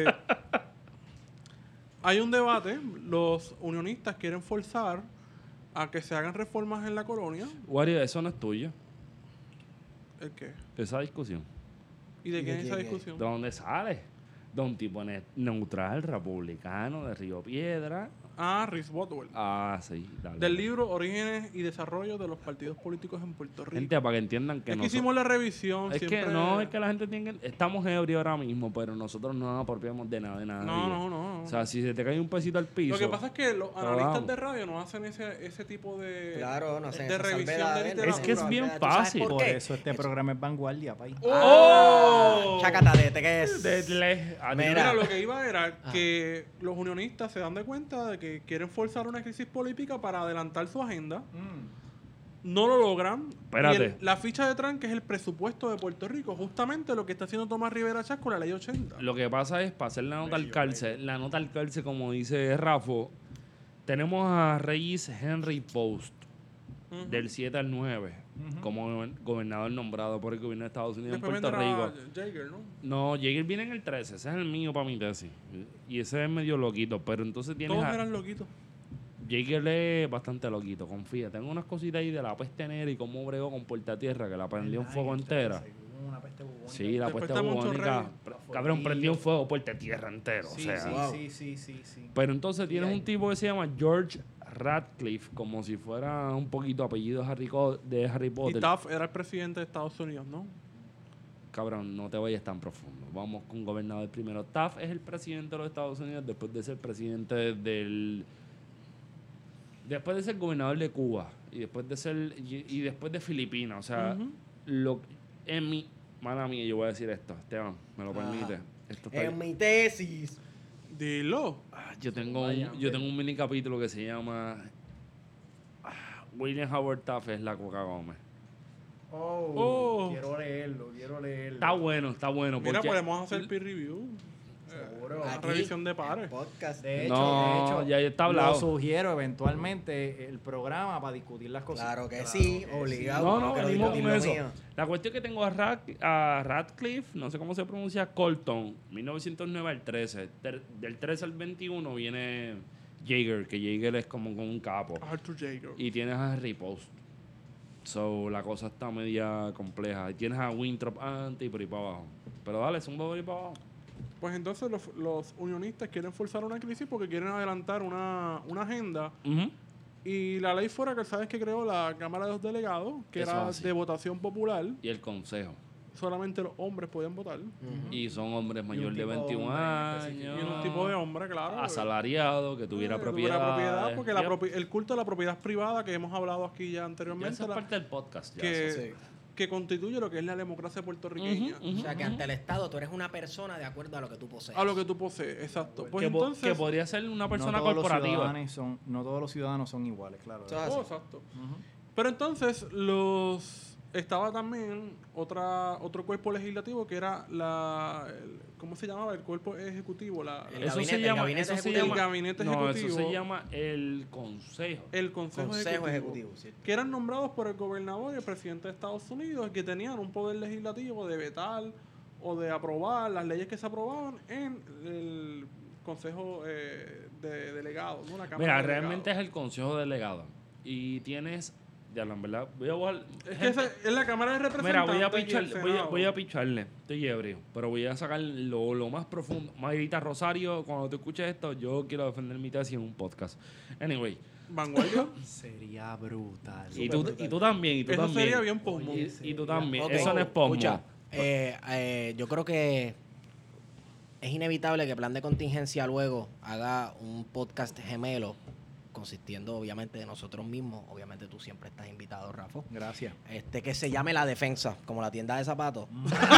hay un debate, los unionistas quieren forzar a que se hagan reformas en la colonia. Wario, eso no es tuyo. ¿El qué? Esa discusión. ¿Y de ¿Y quién de es esa quién es? discusión? ¿De dónde sale? De un tipo neutral, republicano, de Río Piedra. Ah, Rhys Botwell. Ah, sí. Dale. Del libro Orígenes y Desarrollo de los Partidos Políticos en Puerto Rico. Gente, para que entiendan que es que nosotros... hicimos la revisión. Es siempre... que no, es que la gente tiene que... Estamos ebrios ahora mismo, pero nosotros no nos apropiamos de nada, No. O sea, si se te cae un pesito al piso... Lo que pasa es que los analistas vamos. de radio no hacen ese tipo de, Claro, no sé. de revisión de literatura. Es que es bien ¿Tú sabes fácil. por Por qué? eso este programa es vanguardia, país. ¡Oh! Chácatadete, ¿qué es? Mira, Mira. lo que iba era que los unionistas se dan de cuenta de que quieren forzar una crisis política para adelantar su agenda. No lo logran. Espérate. Y la ficha de tranque es el presupuesto de Puerto Rico. Justamente lo que está haciendo Tomás Rivera Chávez con la ley 80. Lo que pasa es, para hacer la nota al calce, como dice Rafa, tenemos a Reyes Henry Post, Ujú. del 7 al 9, como gobernador nombrado por el gobierno de Estados Unidos Después en Puerto vendrá Rico. Jaeger, ¿no? No, Jaeger viene en el 13, ese es el mío para mi tesis. Y ese es medio loquito, pero entonces tienes Todos a... eran loquitos. Jaeger es bastante loquito, confía. Tengo unas cositas ahí de la peste negra y cómo bregó con Puerta Tierra, que la prendió en fuego entera. Una peste bubónica. Sí, la Después peste está Moncho bubónica. Rey. Cabrón, prendió en fuego Puerta Tierra entero. Sí, o sea. sí, Wow. sí. Pero entonces tienes un tipo que se llama George Radcliffe, como si fuera un poquito apellido de Harry Y Potter. Taft era el presidente de Estados Unidos, ¿no? Cabrón, no te vayas tan profundo. Vamos con gobernador primero. Taft es el presidente de los Estados Unidos después de ser presidente después de ser gobernador de Cuba y después de ser y después de Filipinas. O sea, Ujú. en mi mala mía, yo voy a decir esto, Esteban, me lo permite. Esto está En mi tesis. Dilo. yo tengo un mini capítulo que se llama William Howard Taft es la Coca Gómez. Oh. Quiero leerlo. Está bueno. Mira, porque- podemos hacer peer review. Seguro. Una Aquí, revisión de pares. Podcast. De hecho, No, ya está hablado. Lo sugiero eventualmente el programa para discutir las cosas. Claro que sí, obligado. No, quiero venimos discutir con lo eso. mío. La cuestión es que tengo a Radcliffe, no sé cómo se pronuncia, Colton, 1909 al 13. Del 13 al 21 viene Jaeger, que Jaeger es como un capo. Arthur Jaeger. Y tienes a Harry Post. So, la cosa está media compleja. Y tienes a Winthrop antes y por ahí para abajo. Pero dale, son por ahí para abajo. Pues entonces los unionistas quieren forzar una crisis porque quieren adelantar una agenda. Ujú. Y la ley fuera que sabes que creó la Cámara de los Delegados, que Eso era así. de votación popular, Y el consejo. solamente los hombres podían votar. Y son hombres mayores de tipo de 21 hombre en años. Y un tipo de hombre, claro. Asalariado, que tuviera propiedad. porque el culto de la propiedad privada que hemos hablado aquí ya anteriormente. Esa es la- parte del podcast. Ya, que eso Sí. que constituye lo que es la democracia puertorriqueña. O sea, que ante el Estado tú eres una persona de acuerdo a lo que tú posees. A lo que tú posees, exacto. Pues que entonces... podría ser una persona no todos corporativa. no todos los ciudadanos son iguales, claro. Eso es así. exacto. Pero entonces estaba también otro cuerpo legislativo que era ¿cómo se llamaba? El cuerpo ejecutivo. Eso se llama el gabinete no, ejecutivo. eso se llama el consejo. El Consejo Ejecutivo. Ejecutivo, sí. Que eran nombrados por el gobernador y el presidente de Estados Unidos, que tenían un poder legislativo de vetar o de aprobar las leyes que se aprobaban en el Consejo de Delegados, ¿no? La Cámara Mira, de realmente es Delegados. el consejo delegado. Y tienes, ya en verdad, voy a buscar. Es que es la Cámara de Mira, Representantes. voy a picharle. Estoy ebrio, pero voy a sacar lo más profundo. Mayrita Rosario, cuando tú escuches esto, yo quiero defender mi tesis en un podcast. Anyway. Vanguardia. Sería brutal. Y tú también, y tú Eso también. sería bien posmo. Y tú también. Ok, Eso no es posmo. escucha, yo creo que es inevitable que Plan de Contingencia luego haga un podcast gemelo consistiendo obviamente de nosotros mismos. Obviamente tú siempre estás invitado, Rafa. Gracias. Que se llame La Defensa, como la tienda de zapatos.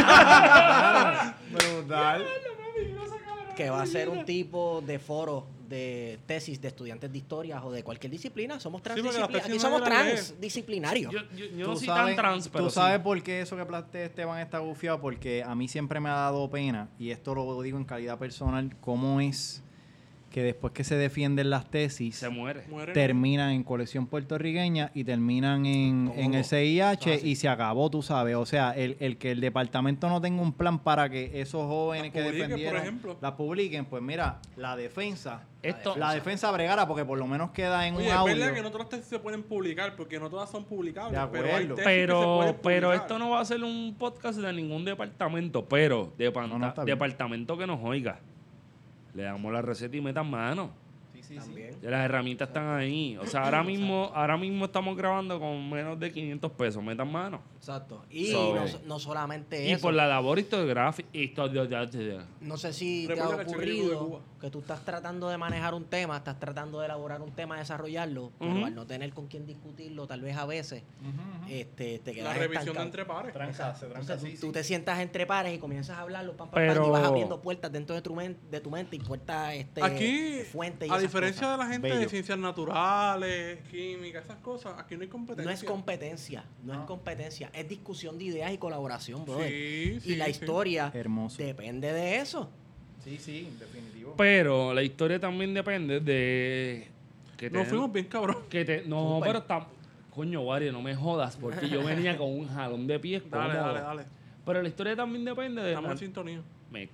Brutal. Que va a ser un tipo de foro de tesis de estudiantes de historias o de cualquier disciplina. Somos porque la transdisciplinarios. tesis Aquí somos nadie la lee. transdisciplinarios. Yo no soy tan trans, pero tú sí. sabes por qué eso que plantea Esteban está gufiado, porque a mí siempre me ha dado pena, y esto lo digo en calidad personal, cómo es que después que se defienden las tesis se muere. Mueren. terminan en colección puertorriqueña y terminan en el CIH y se acabó, tú sabes. O sea, el que el departamento no tenga un plan para que esos jóvenes Las que publiquen, por defendieron ejemplo. las publiquen, pues mira, la defensa bregara, porque por lo menos queda en Oye, un es audio. verdad que no todas las tesis se pueden publicar, porque no todas son publicables. De Pero hay acuerdo. tesis que se pueden Pero publicar. esto no va a ser un podcast de ningún departamento, pero No, está bien. departamento que nos oiga. Le damos la receta y metan mano. También. Las herramientas están ahí. O sea, ahora mismo estamos grabando con menos de 500 pesos. Metan mano. Exacto. Y So, no solamente Y eso. por la labor historiográfica. No sé si te ha República Checa y Cuba. ocurrido que tú estás tratando de manejar un tema, estás tratando de elaborar un tema, desarrollarlo, pero al no tener con quién discutirlo, tal vez a veces, te quedas La revisión de estancado. entre pares. Entonces, tú te sientas entre pares y comienzas a hablarlo, pam, pam, Pero- pam, y vas abriendo puertas dentro de tu mente y puertas Aquí, fuentes y a esas diferencia cosas. de la gente Bello. de ciencias naturales, química, esas cosas, aquí no hay competencia. No es competencia, no es competencia, es discusión de ideas y colaboración, brother. Sí, sí, y la sí. historia Hermoso. depende de eso. Sí, definitivo. Pero la historia también depende de... Que Nos fuimos bien cabrón. No, Súper. pero está... Coño, Wario, no me jodas, porque yo venía con un jalón de pies Dale, cómodo. dale. Pero la historia también depende de... Estamos en sintonía. Me-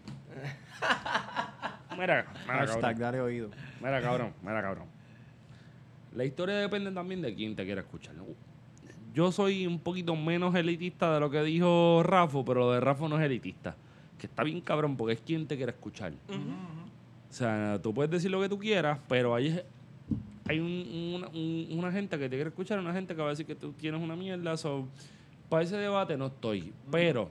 Mira, Hashtag, cabrón. dale oído. Mira, cabrón. La historia depende también de quién te quiera escuchar. Yo soy un poquito menos elitista de lo que dijo Rafa, pero lo de Rafa no es elitista. Que está bien cabrón porque es quien te quiere escuchar. O sea, tú puedes decir lo que tú quieras, pero hay una gente que te quiere escuchar, una gente que va a decir que tú tienes una mierda. So, para ese debate no estoy. Pero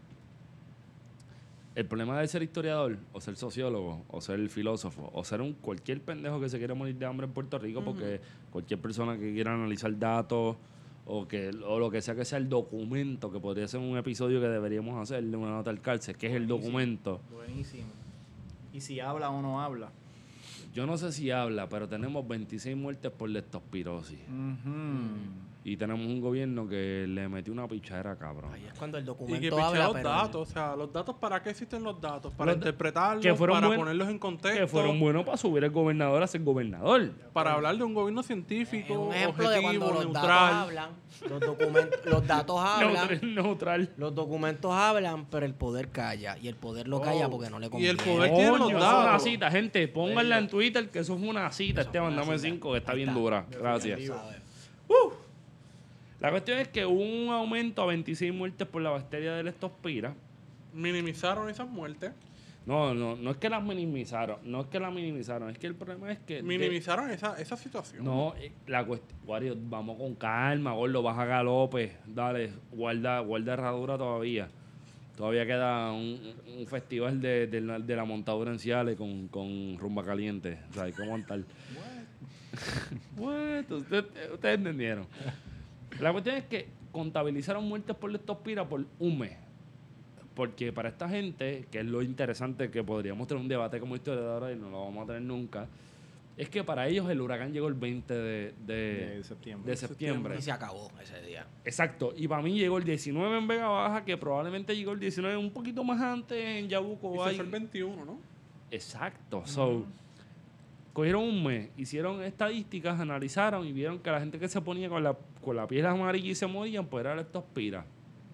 el problema de ser historiador, o ser sociólogo, o ser filósofo, o ser cualquier pendejo que se quiera morir de hambre en Puerto Rico, porque cualquier persona que quiera analizar datos, o lo que sea el documento, que podría ser un episodio que deberíamos hacer de una nota al cárcel, que es el documento. Buenísimo. ¿Y si habla o no habla? Yo no sé si habla, pero tenemos 26 muertes por leptospirosis. Y tenemos un gobierno que le metió una pichadera, cabrón. Ahí es cuando el Y que documento pichea habla, los pero datos. O sea, los datos, ¿para qué existen los datos? Para Los interpretarlos, que fueron para buen- ponerlos en contexto. Que fueron buenos para subir el gobernador a ser gobernador. Para hablar de un gobierno es científico, un ejemplo de objetivo, cuando los datos neutral. hablan, los datos hablan, Neutral. los documentos hablan, pero el poder calla. Y el poder lo calla porque no le Y conviene. el poder tiene los Coño, eso es datos. una cita, gente. Pónganla en Twitter que eso es una cita. Esteban, dame 5, que está bien dura. Gracias. ¿Sabes? La cuestión es que hubo un aumento a 26 muertes por la bacteria de leptospira. Minimizaron esas muertes. No es que las minimizaron. Es que el problema es que... Minimizaron esa situación. No, la cuestión... Wario, vamos con calma, gordo. Baja galope. Dale, guarda herradura todavía. Todavía queda un festival de la montadura en Ciales con rumba caliente. O sea, hay que montar. What? Ustedes entendieron. La cuestión es que contabilizaron muertes por leptospira por un mes. Porque para esta gente, que es lo interesante, que podríamos tener un debate como historiadora y no lo vamos a tener nunca, es que para ellos el huracán llegó el 20 De septiembre. de septiembre. Y se acabó ese día. Exacto. Y para mí llegó el 19 en Vega Baja, que probablemente llegó el 19 un poquito más antes en Yabuco. Y se fue el 21, ¿no? Exacto. So, cogieron un mes, hicieron estadísticas, analizaron y vieron que la gente que se ponía con la piel amarilla y se morían, pues era leptospira.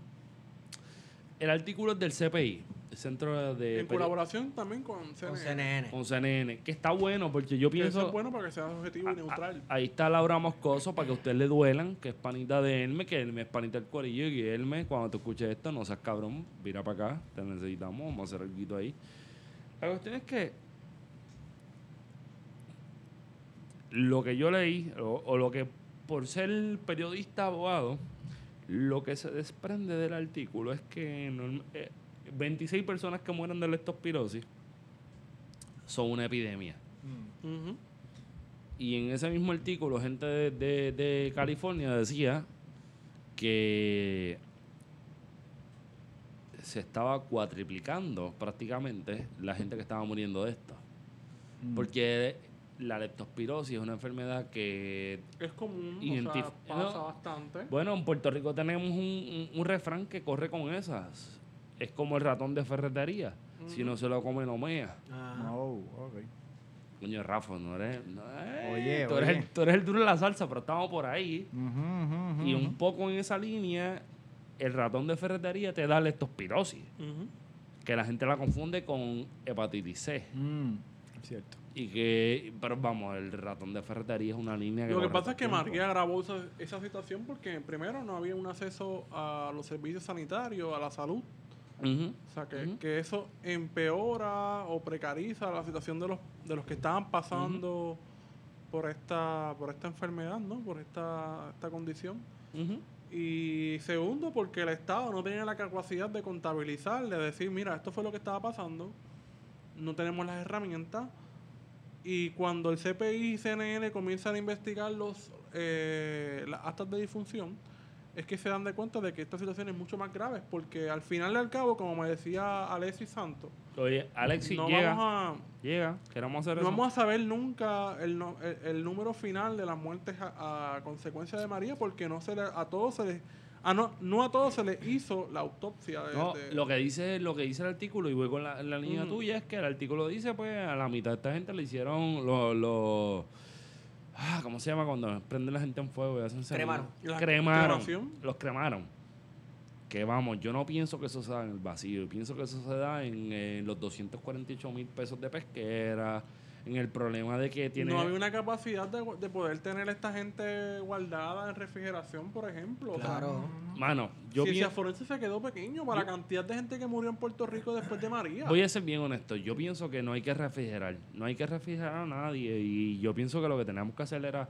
El artículo es del CPI, el Centro de... En colaboración también con CNN. Con CNN. Con CNN, que está bueno porque yo Que eso pienso... es bueno para que sea objetivo y neutral. Ahí está Laura Moscoso para que a usted le duelan, que es panita de Hermes, que Hermes es panita del corillo y que Hermes, cuando tú escuches esto, no seas cabrón, mira para acá, te necesitamos, vamos a hacer algo ahí. La cuestión es que lo que yo leí, o lo que por ser periodista abogado, lo que se desprende del artículo es que 26 personas que mueren de leptospirosis son una epidemia. Ujú. Y en ese mismo artículo, gente de California decía que se estaba cuatriplicando prácticamente la gente que estaba muriendo de esto. Porque la leptospirosis es una enfermedad que... Es común, Identif- pasa no. bastante. Bueno, en Puerto Rico tenemos un refrán que corre con esas. Es como el ratón de ferretería. Si no se lo come, no mea. Oh, ok. Coño, Rafa, no eres... Oye, tú oye. eres el duro de la salsa, pero estamos por ahí. Y Ujú. un poco en esa línea, el ratón de ferretería te da leptospirosis, Ujú. que la gente la confunde con hepatitis C. Es cierto. Y que, pero vamos, el ratón de ferretería es una línea que... Lo que corre pasa es que todo el tiempo. María agravó esa situación porque primero no había un acceso a los servicios sanitarios, a la salud. Ujú. O sea, que, Ujú. que eso empeora o precariza la situación de los que estaban pasando por esta enfermedad, ¿no? Por esta condición. Ujú. Y segundo, porque el Estado no tenía la capacidad de contabilizar, de decir, mira, esto fue lo que estaba pasando, no tenemos las herramientas. Y cuando el CPI y CNN comienzan a investigar las actas de difunción, es que se dan de cuenta de que esta situación es mucho más grave, porque al final y al cabo, como me decía Alexis Santos, Oye, Alexis, no llega, vamos queremos hacer no eso. vamos a saber nunca el número final de las muertes a consecuencia de María, porque no a todos se les no a todos se les hizo la autopsia No, lo que dice el artículo, y voy con la línea tuya, es que el artículo dice, pues, a la mitad de esta gente le hicieron ¿cómo se llama cuando prenden la gente en fuego y hacen Cremaron. La Cremaron. cremación. Los cremaron. Que vamos, yo no pienso que eso se da en el vacío. Yo pienso que eso se da en los 248,000 pesos de pesquera, en el problema de que tiene... No había una capacidad de poder tener a esta gente guardada en refrigeración, por ejemplo. O sea, Claro. Mano, yo Ciencia pienso... Forense se quedó pequeño para la cantidad de gente que murió en Puerto Rico después de María. Voy a ser bien honesto. Yo pienso que no hay que refrigerar. No hay que refrigerar a nadie. Y yo pienso que lo que teníamos que hacer era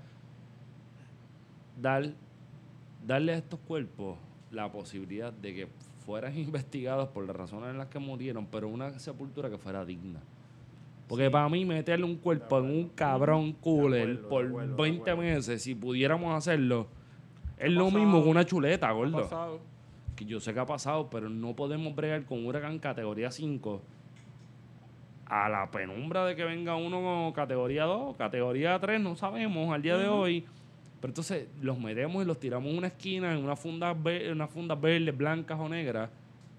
darle a estos cuerpos la posibilidad de que fueran investigados por las razones en las que murieron, pero una sepultura que fuera digna. Porque para mí meterle un cuerpo en un cabrón cooler por 20 meses, si pudiéramos hacerlo, es lo pasado. mismo que una chuleta, Ha gordo. pasado. Que yo sé que ha pasado, pero no podemos bregar con un huracán categoría 5 a la penumbra de que venga uno con categoría 2, categoría 3, no sabemos al día de hoy. Pero entonces los metemos y los tiramos en una esquina, en unas fundas verdes, blancas o negras,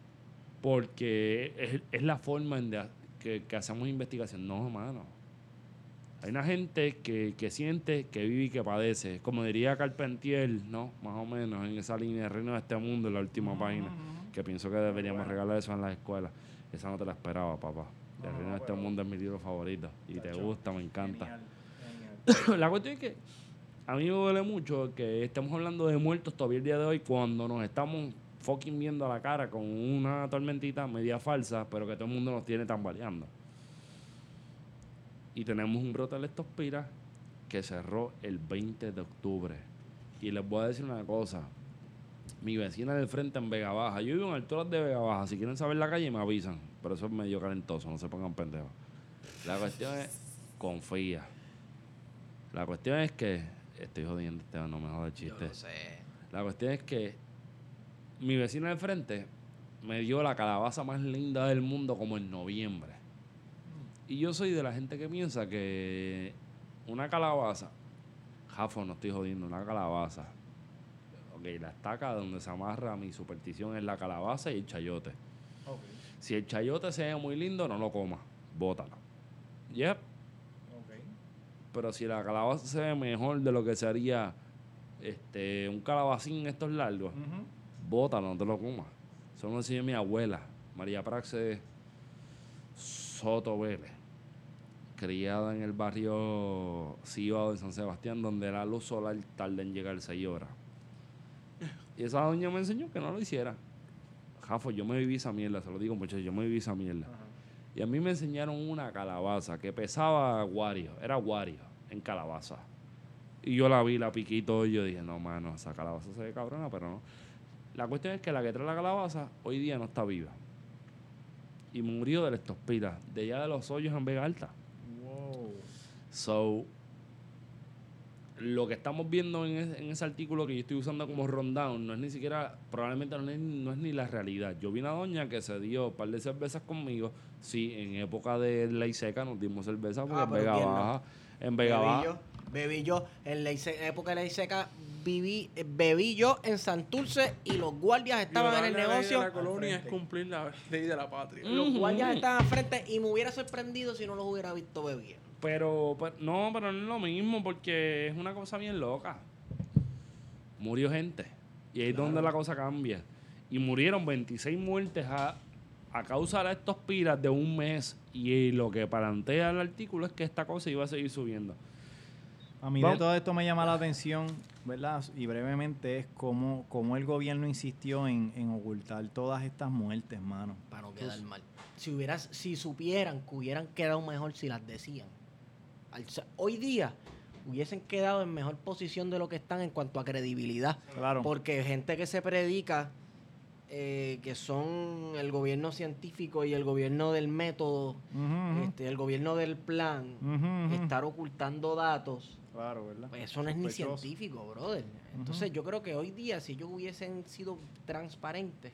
porque es la forma en que hacemos investigación. No, mano. Hay una gente que siente, que vive y que padece. Como diría Carpentier, ¿no? Más o menos en esa línea de Reino de este Mundo, en la última página. Que pienso que deberíamos regalar eso en las escuelas. Esa no te la esperaba, papá. El Reino de este Mundo es mi libro favorito. Y te gusta, me encanta. La cuestión es que a mí me duele mucho que estemos hablando de muertos todavía el día de hoy cuando nos estamos fucking viendo a la cara con una tormentita media falsa, pero que todo el mundo nos tiene tambaleando. Y tenemos un brote de leptospira que cerró el 20 de octubre. Y les voy a decir una cosa. Mi vecina del frente en Vega Baja. Yo vivo en alturas de Vega Baja. Si quieren saber la calle, me avisan. Pero eso es medio calentoso. No se pongan pendejos. La cuestión es, confía. La cuestión es que... Estoy jodiendo, Esteban, no me jodas el chiste. Yo lo sé. La cuestión es que mi vecina del frente me dio la calabaza más linda del mundo como en noviembre. Y yo soy de la gente que piensa que una calabaza, Jafo, no estoy jodiendo, una calabaza. Ok, la estaca donde se amarra mi superstición es la calabaza y el chayote. Okay. Si el chayote se ve muy lindo, no lo comas, bótalo. Yep. Okay. Pero si la calabaza se ve mejor de lo que sería un calabacín estos largos, bótalo, no te lo comas. Eso me lo enseñó mi abuela, María Praxe Soto Vélez, criada en el barrio Cibao de San Sebastián, donde la luz solar tarda en llegar 6 horas. Y esa doña me enseñó que no lo hiciera. Jafo, yo me viví esa mierda, se lo digo muchachos, yo me viví esa mierda. Y a mí me enseñaron una calabaza que pesaba guario, era guario en calabaza. Y yo la vi, la piquito, y yo dije, no, mano, esa calabaza se ve cabrona, pero no. La cuestión es que la que trae la calabaza hoy día no está viva. Y murió de leptospira, de allá de los hoyos en Vega Alta. Wow. So, lo que estamos viendo en ese artículo que yo estoy usando como rundown no es ni siquiera, probablemente no es ni la realidad. Yo vi una doña que se dio un par de cervezas conmigo. Sí, en época de ley seca nos dimos cerveza porque en Vega Baja, en Vega Baja. Bebí yo en la época de ley seca, bebí yo en Santurce y los guardias estaban en el negocio. La colonia es cumplir la ley de la patria. Los guardias estaban al frente y me hubiera sorprendido si no los hubiera visto beber. Pero no es lo mismo porque es una cosa bien loca. Murió gente. Y ahí es donde la cosa cambia. Y murieron 26 muertes a causa de estos piras de un mes. Y lo que plantea el artículo es que esta cosa iba a seguir subiendo. A mí de todo esto me llama la atención, ¿verdad? Y brevemente es cómo el gobierno insistió en ocultar todas estas muertes, mano. Para no quedar mal. Si supieran que hubieran quedado mejor si las decían. Hoy día hubiesen quedado en mejor posición de lo que están en cuanto a credibilidad. Claro. Porque gente que se predica que son el gobierno científico y el gobierno del método, el gobierno del plan, estar ocultando datos. Claro, ¿verdad? Pues eso no es ni científico, brother. Entonces yo creo que hoy día, si ellos hubiesen sido transparentes,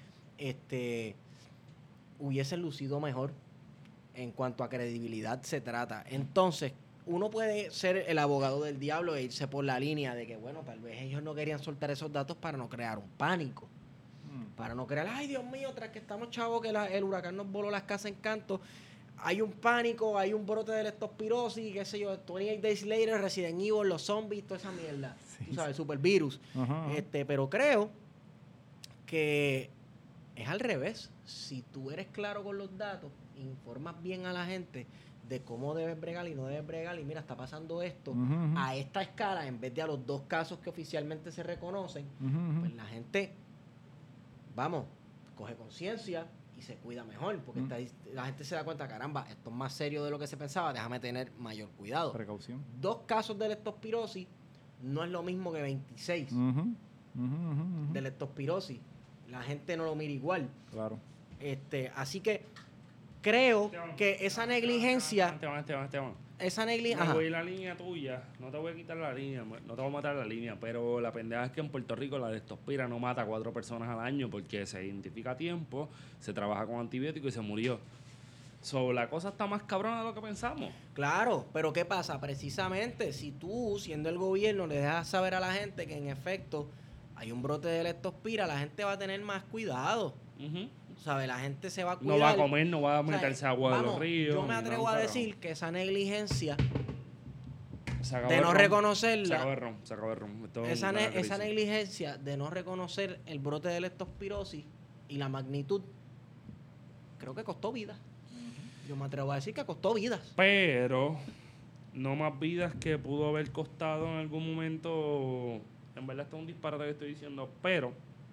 hubiesen lucido mejor en cuanto a credibilidad se trata. Entonces, uno puede ser el abogado del diablo e irse por la línea de que, bueno, tal vez ellos no querían soltar esos datos para no crear un pánico. Para no crear, ay, Dios mío, tras que estamos chavos, que el huracán nos voló las casas en canto. Hay un pánico, hay un brote de leptospirosis, qué sé yo, 28 Days Later, Resident Evil, los zombies, toda esa mierda. Sí, tú sabes, el supervirus. Pero creo que es al revés. Si tú eres claro con los datos, informas bien a la gente de cómo debes bregar y no debes bregar, y mira, está pasando esto a esta escala, en vez de a los 2 casos que oficialmente se reconocen, pues la gente, vamos, coge conciencia y se cuida mejor, porque la gente se da cuenta, caramba, esto es más serio de lo que se pensaba, déjame tener mayor cuidado. Precaución. 2 casos de leptospirosis no es lo mismo que 26 de leptospirosis. La gente no lo mira igual. Claro. Así que creo que esa negligencia... Esteban. Esa negligencia... Me voy a la línea tuya, no te voy a quitar la línea, no te voy a matar la línea, pero la pendeja es que en Puerto Rico la leptospira no mata a 4 personas al año porque se identifica a tiempo, se trabaja con antibióticos y se murió. La cosa está más cabrona de lo que pensamos. Claro, pero ¿qué pasa? Precisamente, si tú, siendo el gobierno, le dejas saber a la gente que en efecto hay un brote de leptospira, la gente va a tener más cuidado. ¿Sabes? La gente se va a cuidar. No va a comer, no va a meterse agua de los ríos. Yo me atrevo a decir que esa negligencia de no reconocerla. Se acabó el ron. Esa negligencia de no reconocer el brote de leptospirosis y la magnitud, creo que costó vidas. Yo me atrevo a decir que costó vidas. Pero no más vidas que pudo haber costado en algún momento. En verdad esto es un disparate que estoy diciendo, pero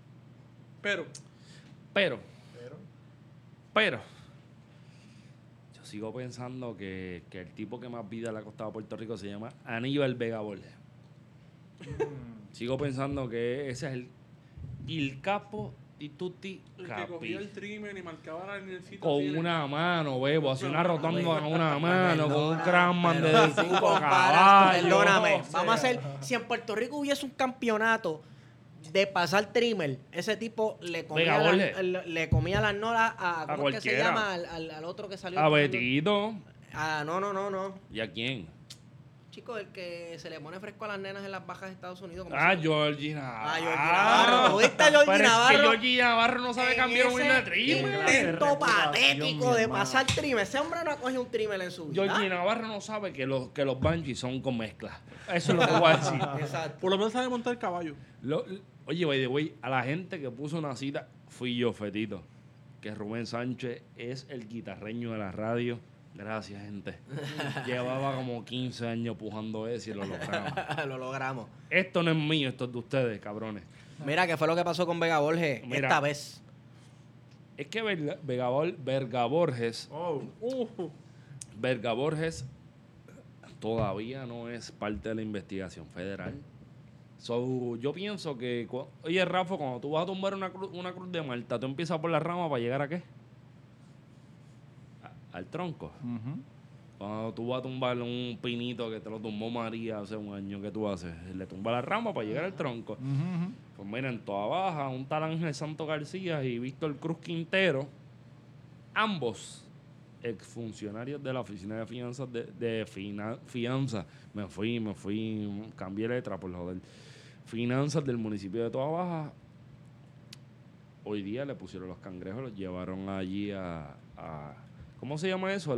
yo sigo pensando que el tipo que más vida le ha costado a Puerto Rico se llama Aníbal Vega Borges. Sigo pensando que ese es el capo y tutti capi. El que cogía el trimmer y marcaba la linercita con una mano, bebo, así una rotonda con una mano, con un Cranman de 5 caballos. Perdóname, vamos a hacer, si en Puerto Rico hubiese un campeonato de pasar trimmer, ese tipo le comía, Vega Borges. le comía las nolas a ¿cómo es que se cualquiera. llama? Al otro que salió. A Betito. Ah, no. ¿Y a quién? Chico, el que se le pone fresco a las nenas en las bajas de Estados Unidos. ¿cómo Ah, se llama? Georgie Navarro. Ah, Georgie Navarro. ¿Tuviste a Georgie Pero Navarro? es que Georgie Navarro no sabe En cambiar un ese de trimmer. intento patético mi de hermano. pasar trimmer. Ese hombre no ha cogido un trimmer en su vida. Georgie Navarro no sabe que los Banshees son con mezcla. Eso es lo que voy a decir. Exacto. Por lo menos sabe montar caballo. Oye, by the way, a la gente que puso una cita, fui yo, Fetito. Que Rubén Sánchez es el guitarreño de la radio. Gracias, gente. Llevaba como 15 años pujando eso y lo logramos. Lo logramos. Esto no es mío, esto es de ustedes, cabrones. Mira, ¿qué fue lo que pasó con Vega Borges Mira. esta vez? Es que Verga Borges todavía no es parte de la investigación federal. So, yo pienso que... Oye, Rafa, cuando tú vas a tumbar una cruz de Malta, tú empiezas por la rama para llegar ¿a qué? Al tronco. Ujú. Cuando tú vas a tumbar un pinito que te lo tumbó María hace un año, ¿qué tú haces? Le tumba la rama para llegar al tronco. Ujú. Pues mira, en Toa Baja, un tal Ángel Santo García y Víctor Cruz Quintero, ambos exfuncionarios de la Oficina de Fianzas Fianzas. Me fui, cambié letra por joder. Finanzas del municipio de Toa Baja. Hoy día le pusieron los cangrejos, los llevaron allí a ¿cómo se llama eso?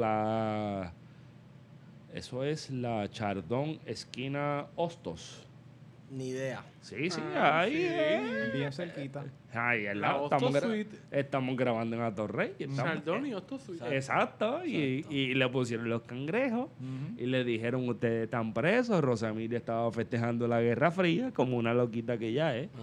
Eso es la Chardón, esquina Hostos. Ni idea. Sí, Ah, ahí. sí. Bien cerquita. Ahí, al La lado. Hostos Suite. Estamos grabando en Atorrey. Chardón y Hostos Suite. Exacto. Y le pusieron los cangrejos y le dijeron, ustedes están presos. Rosa Emilia estaba festejando la Guerra Fría como una loquita que ya es.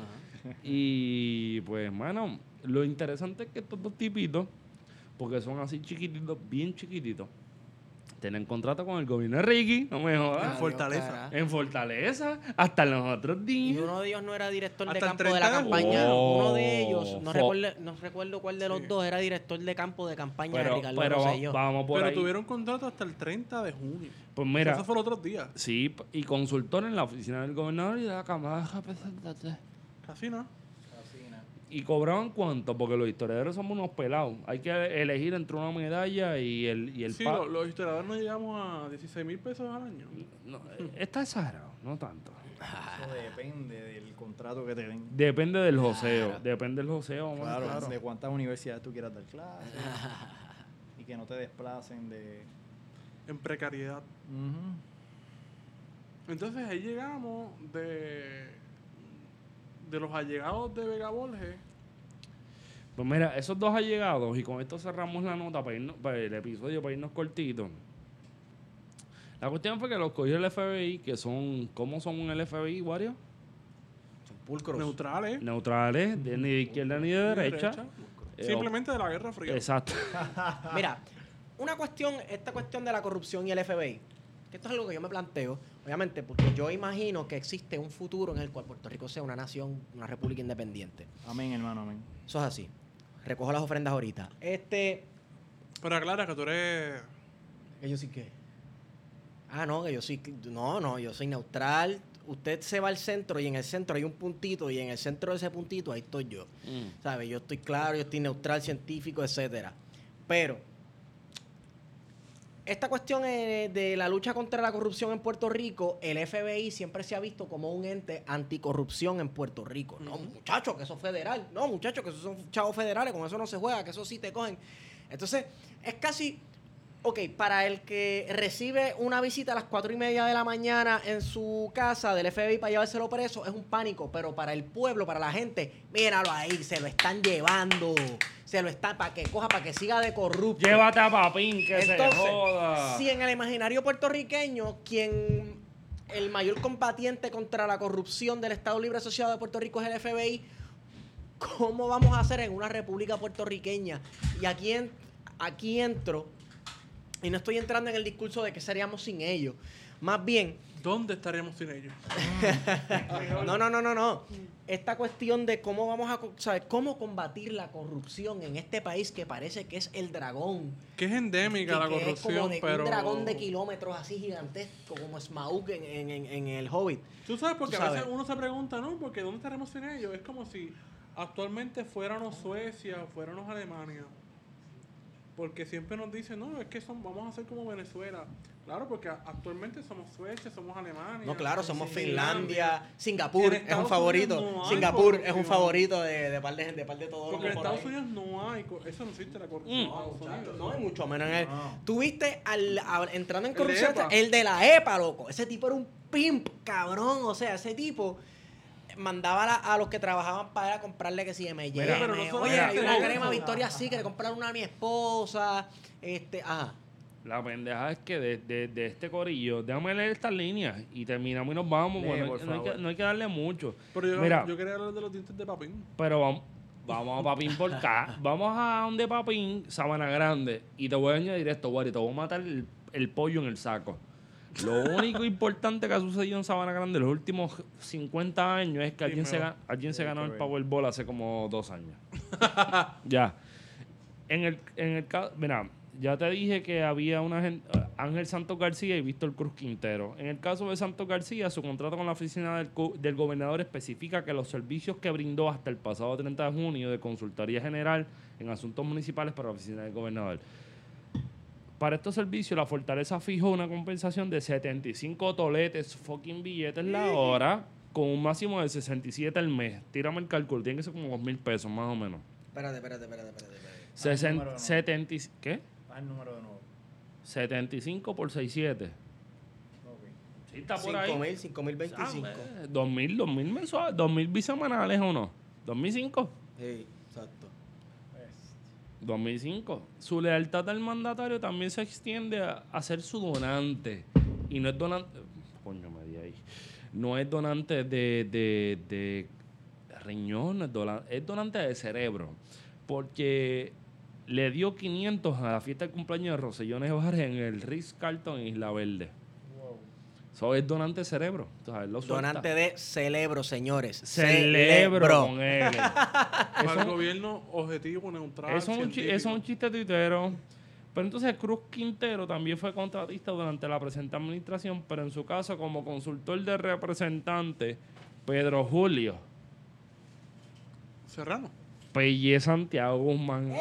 Y pues, mano, lo interesante es que estos dos tipitos, porque son así chiquititos, bien chiquititos, tienen contrato con el gobierno de Ricky, no me En jodas. Fortaleza. Carajo. En Fortaleza, hasta los otros Y días. uno de ellos no era director de Hasta el campo de la 30 de campaña. junio. Uno de ellos, no Fo- recuerdo cuál de los dos, era director de campo de campaña de Pero, Ricardo pero Rosselló. vamos por Pero ahí. tuvieron contrato hasta el 30 de junio. Pues mira, Eso fue los otros días. sí, y consultor en la oficina del gobernador y de la Cámara de Representantes. Casi nada. ¿Y cobraban cuánto? Porque los historiadores somos unos pelados. Hay que elegir entre una medalla y el Sí, pa- los historiadores nos llegamos a 16,000 pesos al año. No, está exagerado, no tanto. Eso depende del contrato que te den. Depende del joseo. Depende del joseo, vamos a Claro, ver. de cuántas universidades tú quieras dar clases. Y que no te desplacen de... En precariedad. Ujú. Entonces ahí llegamos de los allegados de Vega Borges. Pues mira, esos dos allegados, y con esto cerramos la nota para el episodio, para irnos cortito. La cuestión fue que los cogió el FBI, que son, ¿cómo son el FBI, Wario? Son pulcros. Neutrales. Neutrales, ni de izquierda ni de derecha. Simplemente de la Guerra Fría. Exacto. Mira, esta cuestión de la corrupción y el FBI, que esto es algo que yo me planteo, obviamente, porque yo imagino que existe un futuro en el cual Puerto Rico sea una nación, una república independiente. Amén, hermano, amén. Eso es así. Recojo las ofrendas ahorita. Pero aclara que tú eres... Que yo sí que. Ah, no, que yo sí. No, yo soy neutral. Usted se va al centro y en el centro hay un puntito y en el centro de ese puntito ahí estoy yo. ¿Sabes? Yo estoy claro, yo estoy neutral, científico, etcétera. Pero esta cuestión de la lucha contra la corrupción en Puerto Rico, el FBI siempre se ha visto como un ente anticorrupción en Puerto Rico. No, muchachos, que eso es federal. No, muchachos, que esos son chavos federales, con eso no se juega, que eso sí te cogen. Entonces, es casi... Ok, para el que recibe una visita a las 4:30 de la mañana en su casa del FBI para llevárselo preso, es un pánico. Pero para el pueblo, para la gente, míralo ahí, se lo están llevando. Se lo están, para que coja, para que siga de corrupto. Llévate a Papín, que Entonces, se joda. si en el imaginario puertorriqueño, el mayor combatiente contra la corrupción del Estado Libre Asociado de Puerto Rico es el FBI, ¿cómo vamos a hacer en una república puertorriqueña? Y aquí entro, y no estoy entrando en el discurso de que seríamos sin ellos. Más bien, ¿Dónde estaríamos sin ellos? No. Esta cuestión de cómo vamos a, ¿sabes? Cómo combatir la corrupción en este país que parece que es el dragón. Que es endémica la que es corrupción, como de pero... un dragón de kilómetros así gigantesco, como Smaug en el Hobbit. Tú sabes, porque Tú a veces sabes. uno se pregunta, ¿no? Porque ¿dónde estaremos sin ellos? Es como si actualmente fuéramos Suecia o fuéramos Alemania. Porque siempre nos dicen, no, es que vamos a ser como Venezuela. Claro, porque actualmente somos Suecia, somos Alemania. No, claro, somos sí, Finlandia, En Singapur es un Estados favorito. Unidos no hay Singapur es un corrupción. favorito de par de todos Porque en los por Estados ahí. Unidos no hay, eso no existe la corrupción en Estados Unidos. No, y mucho menos en él. Tuviste entrando en El corrupción, EPA. el de la EPA, loco. Ese tipo era un pimp, cabrón. O sea, ese tipo mandaba a los que trabajaban para él a comprarle que si M&M. Mira, pero no Oye, solamente hay una eso. crema Victoria Secret, comprar una a mi esposa. Ajá. La pendeja es que de este corillo, déjame leer estas líneas y terminamos y nos vamos. Lee, Bueno, por favor. no hay que darle mucho. Pero Mira, yo quería hablar de los dientes de papín. pero vamos a Papín por acá. Vamos a donde Papín, Sabana Grande. Y te voy a añadir esto, Wari. Te voy a matar el pollo en el saco. Lo único importante que ha sucedido en Sabana Grande en los últimos 50 años es que alguien se ganó el Powerball hace como 2 años. Ya. En el caso, mira, ya te dije que había Ángel Santos García y Víctor Cruz Quintero. En el caso de Santos García, su contrato con la oficina del gobernador especifica que los servicios que brindó hasta el pasado 30 de junio de consultoría general en asuntos municipales para la oficina del gobernador. Para estos servicios, la Fortaleza fijó una compensación de 75 toletes fucking billetes la hora con un máximo de 67 al mes. Tírame el cálculo, tiene que ser como 2,000 pesos más o menos. Espérate. ¿Qué? Haz el número de nuevo. 75 por 67. Ok. Sí, está por ahí. 5.025. 2,000 mensuales, 2,000 bisemanales o no. 2005. Sí, exacto. 2005. Su lealtad al mandatario también se extiende a ser su donante. Y no es donante. Coño, me di ahí. No es donante de riñón, es donante de cerebro. Porque le dio 500 a la fiesta de cumpleaños de Rosellón Juárez en el Ritz-Carlton en Isla Verde. Eso es donante de cerebro. Entonces, lo suelta. Donante de celebro, señores. Celebro con él. Para el gobierno objetivo, neutral, Eso es un chiste tuitero. Pero entonces Cruz Quintero también fue contratista durante la presente administración, pero en su caso como consultor de representante, Pedro Julio Serrano. Pelle Santiago Guzmán.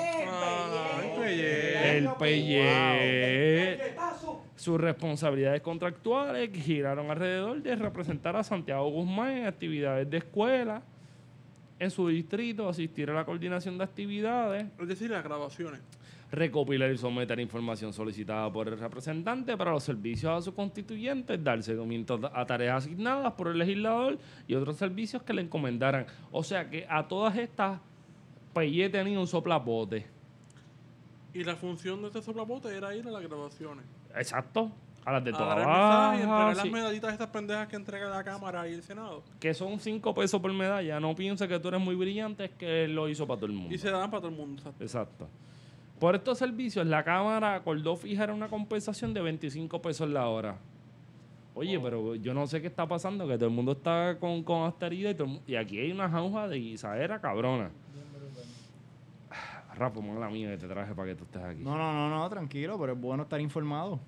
El Pelle. Sus responsabilidades contractuales giraron alrededor de representar a Santiago Guzmán en actividades de escuela en su distrito, asistir a la coordinación de actividades, Es decir, las grabaciones. recopilar y someter información solicitada por el representante para los servicios a sus constituyentes, dar seguimiento a tareas asignadas por el legislador y otros servicios que le encomendaran. O sea que a todas estas, Pelle tenía un soplapote. Y la función de este soplapote era ir a las grabaciones. Exacto. A las de A dar el todas. mensaje y entregar Sí. las medallitas estas pendejas que entrega la Cámara y el Senado. Que son 5 pesos por medalla. No pienses que tú eres muy brillante, es que él lo hizo para todo el mundo. Y se dan para todo el mundo. ¿sabes? Exacto. Por estos servicios, la Cámara acordó fijar una compensación de 25 pesos la hora. Oye, pero yo no sé qué está pasando, que todo el mundo está con austeridad y aquí hay una jauja de guisadera cabrona. Rapo, mala mía que te traje para que tú estés aquí. No, tranquilo, pero es bueno estar informado.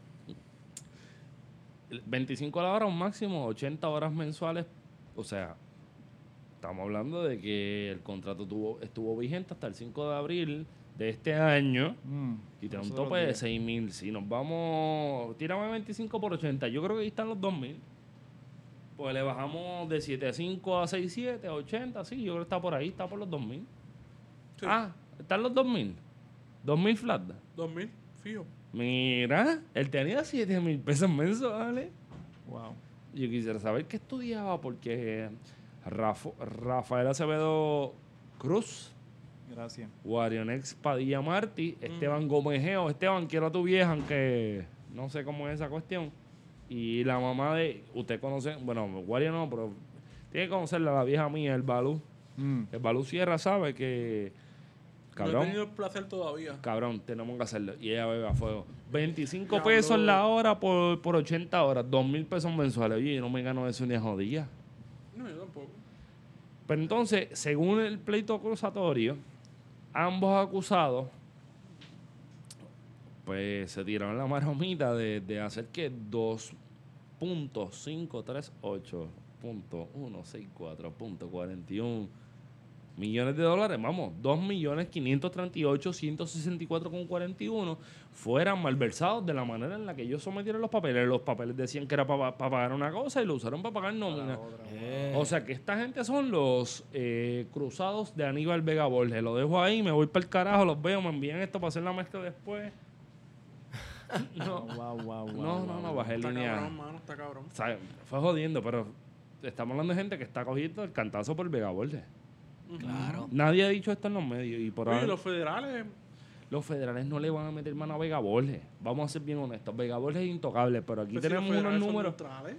25 la hora, un máximo, 80 horas mensuales. O sea, estamos hablando de que el contrato estuvo vigente hasta el 5 de abril de este año y tiene un Eso tope de los 6,000. Si nos vamos, tírame 25 por 80. Yo creo que ahí están los 2,000. Pues le bajamos de 7,5 a 6,7, a 80, sí, yo creo que está por ahí, está por los 2,000. Sí. Ah, están los 2,000. 2,000 flat. 2000, fijo. Mira, él tenía 7,000 pesos mensuales. Wow. Yo quisiera saber qué estudiaba porque Rafael Acevedo Cruz, Gracias. Warionex Padilla Martí, Esteban Gomejeo. Esteban, quiero a tu vieja, aunque no sé cómo es esa cuestión. Y la mamá de... Usted conoce... Bueno, Wario no, pero tiene que conocerla, la vieja mía, el Balú. El Balú Sierra sabe que No he cabrón. tenido el placer todavía. Cabrón, tenemos que hacerlo. Y ella bebe a fuego. 25 Diablo. pesos la hora por 80 horas. 2,000 pesos mensuales. Oye, yo no me gano eso ni a jodía. No, yo tampoco. Pero entonces, según el pleito acusatorio, ambos acusados pues se tiraron la maromita de hacer que 2.538.164.41 millones de dólares, vamos, 2.538.164.41 fueran malversados de la manera en la que ellos sometieron los papeles. Los papeles decían que era para pagar una cosa y lo usaron para pagar nómina. O sea que esta gente son los cruzados de Aníbal Vega Borges. Lo dejo ahí, me voy para el carajo, los veo, me envían esto para hacer la mezcla después. No, no, bajé Está línea. cabrón, mano, está cabrón. O sea, fue jodiendo, pero estamos hablando de gente que está cogiendo el cantazo por Vega Borges. Claro. Nadie ha dicho esto en los medios y por Oye, ahora los federales, los federales no le van a meter mano a Vega Borges. Vamos a ser bien honestos. Vega Borges es intocable, pero aquí pues, si los tenemos unos federales son números. neutrales.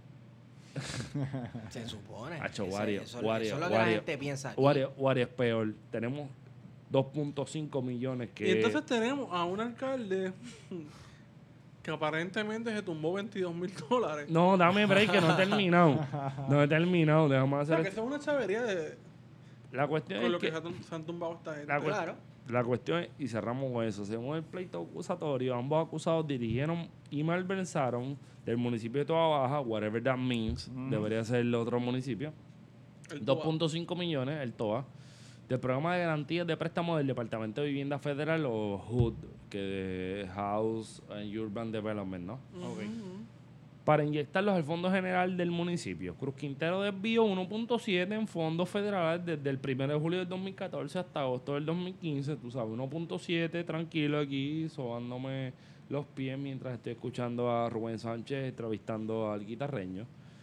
Se supone. Hacho, Ese- Wario, eso, Wario, eso es lo que la Wario. gente piensa aquí. Wario es peor. Tenemos 2.5 millones que... Y entonces tenemos a un alcalde que aparentemente se tumbó $22,000. No, dame break que no he terminado. No he terminado. Déjame O hacer sea, que esto. eso es una chavería de, La cuestión con es lo que que... se han tumbado esta gente. La, cu- Claro. la cuestión es, y cerramos con eso, según el pleito acusatorio, ambos acusados dirigieron y malversaron del municipio de Toa Baja, whatever that means, debería ser el otro municipio, El Toa. 2.5 millones, el TOA, del programa de garantías de préstamo del Departamento de Vivienda Federal, o HUD, que es House and Urban Development, ¿no? Para inyectarlos al Fondo General del municipio. Cruz Quintero desvió 1.7 en fondos federales desde el 1 de julio del 2014 hasta agosto del 2015. Tú sabes, 1.7, tranquilo aquí, sobándome los pies mientras estoy escuchando a Rubén Sánchez entrevistando al guitarreño.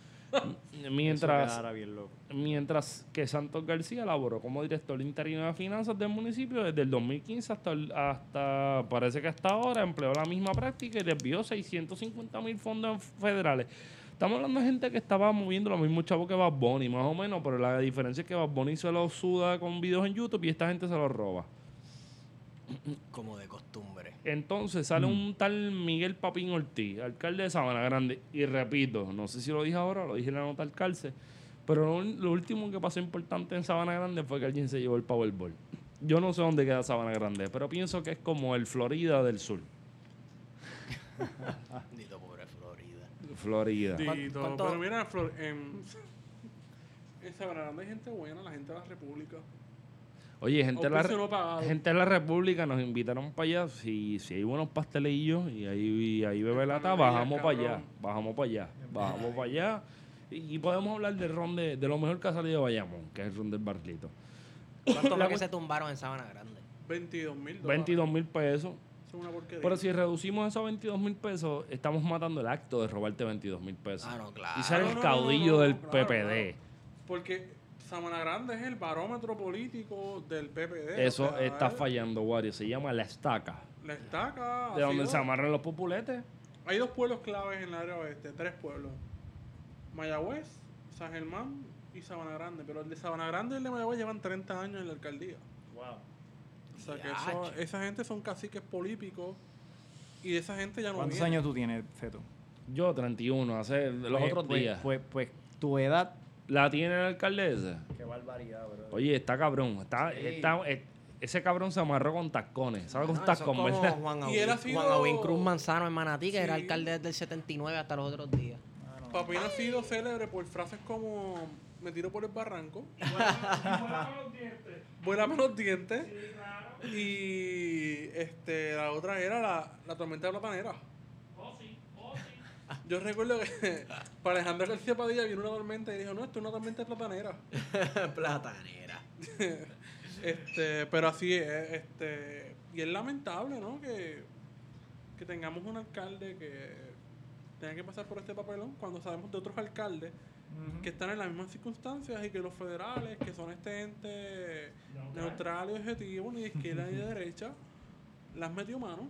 Mientras que Santos García laboró como director interino de finanzas del municipio desde el 2015 hasta parece que hasta ahora empleó la misma práctica y desvió 650,000 fondos federales. Estamos hablando de gente que estaba moviendo los mismos chavos que Bad Bunny, más o menos, pero la diferencia es que Bad Bunny se los suda con videos en YouTube y esta gente se los roba. Como de costumbre. Entonces sale un tal Miguel Papín Ortiz, alcalde de Sabana Grande. Y repito, no sé si lo dije ahora o lo dije en la nota al cárcel, pero lo último que pasó importante en Sabana Grande fue que alguien se llevó el Powerball. Yo no sé dónde queda Sabana Grande, pero pienso que es como el Florida del Sur. Dito pobre Florida. Florida. Dito, ¿Cuánto? pero mira, en Sabana Grande hay gente buena, la gente de la República. Oye, gente Auspicio no pagado. de la República nos invitaron para allá. Si hay buenos pastelillos y ahí bebe lata, bajamos para allá. Bajamos para allá. Y podemos hablar del ron de lo mejor que ha salido de Bayamón, que es el ron del Barlito. ¿Cuántos fue que se tumbaron en Sabana Grande? $22,000. 22,000 pesos. Eso es una porquería. Pero si reducimos esos 22,000 pesos, estamos matando el acto de robarte 22,000 pesos. Ah, no, claro. Y ser No, el no, caudillo no, del claro, PPD. claro. Porque Sabana Grande es el barómetro político del PPD. Eso o sea, está fallando, Wario. Se llama La Estaca. La estaca. De ha donde sido- se amarran los populetes. Hay 2 pueblos claves en el área oeste, 3 pueblos. Mayagüez, San Germán y Sabana Grande. Pero el de Sabana Grande y el de Mayagüez llevan 30 años en la alcaldía. O sea que esa gente son caciques políticos y de esa gente ya no ¿Cuántos viene. años tú tienes, Feto? Yo, 31, hace los otros días. Pues tu edad. ¿La tiene la alcaldesa? Qué barbaridad, bro. Oye, está cabrón. Ese cabrón se amarró con tacones. ¿Sabes con tacón, como verdad? Y él ha sido- Juan Aubin Cruz Manzano en Manatí, que era Sí. alcalde desde el 79 hasta los otros días. Papín ha sido célebre por frases como me tiro por el barranco, vuélame los dientes y la otra era la tormenta de platanera. Yo recuerdo que para Alejandro García Padilla vino una tormenta y dijo, no, esto es una tormenta de platanera. Platanera. Pero así es, y es lamentable, ¿no? Que tengamos un alcalde que tenga que pasar por este papelón cuando sabemos de otros alcaldes que están en las mismas circunstancias y que los federales, que son este ente neutral y objetivo, ni de izquierda ni de derecha, las metió mano.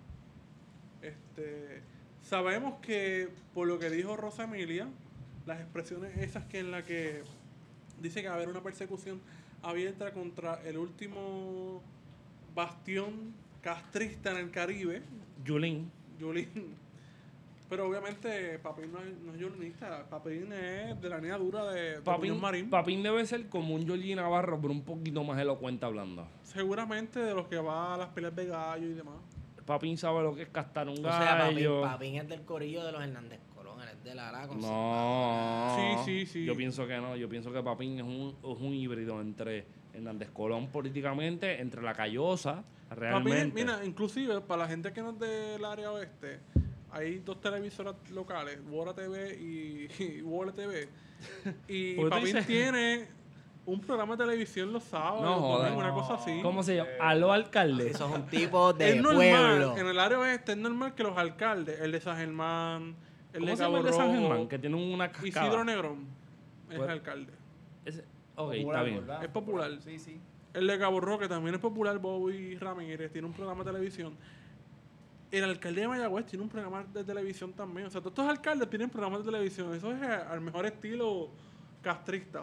Sabemos que, por lo que dijo Rosa Emilia, las expresiones esas que en la que dice que va a haber una persecución abierta contra el último bastión castrista en el Caribe, Yulín. Yulín. Pero obviamente Papín no es yulinista, Papín es de la línea dura de Muñoz Marín. Papín debe ser como un Jordi Navarro, pero un poquito más elocuente hablando. Seguramente de los que va a las peleas de gallo y demás. Papín sabe lo que es castar un O sea, gallo. Papín es del corillo de los Hernández Colón, él es de la Ara No. Sí. Yo pienso que no. Yo pienso que Papín es un híbrido entre Hernández Colón políticamente, entre la Callosa, realmente. Papín, mira, inclusive para la gente que no es del área oeste, hay 2 televisoras locales, Wora TV y Wora TV. Y ¿Por qué tú Papín dices? tiene un programa de televisión los sábados, No, los joder. domingos, una cosa así. ¿Cómo se llama? Aló, alcalde. Esos son tipos de Es normal, pueblo. en el área oeste es normal que los alcaldes, el de San Germán, el ¿Cómo de se llama Cabo el de San Rojo, Germán? Que tiene una cascada. Isidro Negrón es Pues- alcalde. Ok, Popular, está bien. ¿verdad? Es popular. Sí. El de Cabo Rojo, que también es popular, Bobby Ramírez, tiene un programa de televisión. El alcalde de Mayagüez tiene un programa de televisión también. O sea, todos estos alcaldes tienen programas de televisión. Eso es al mejor estilo castrista.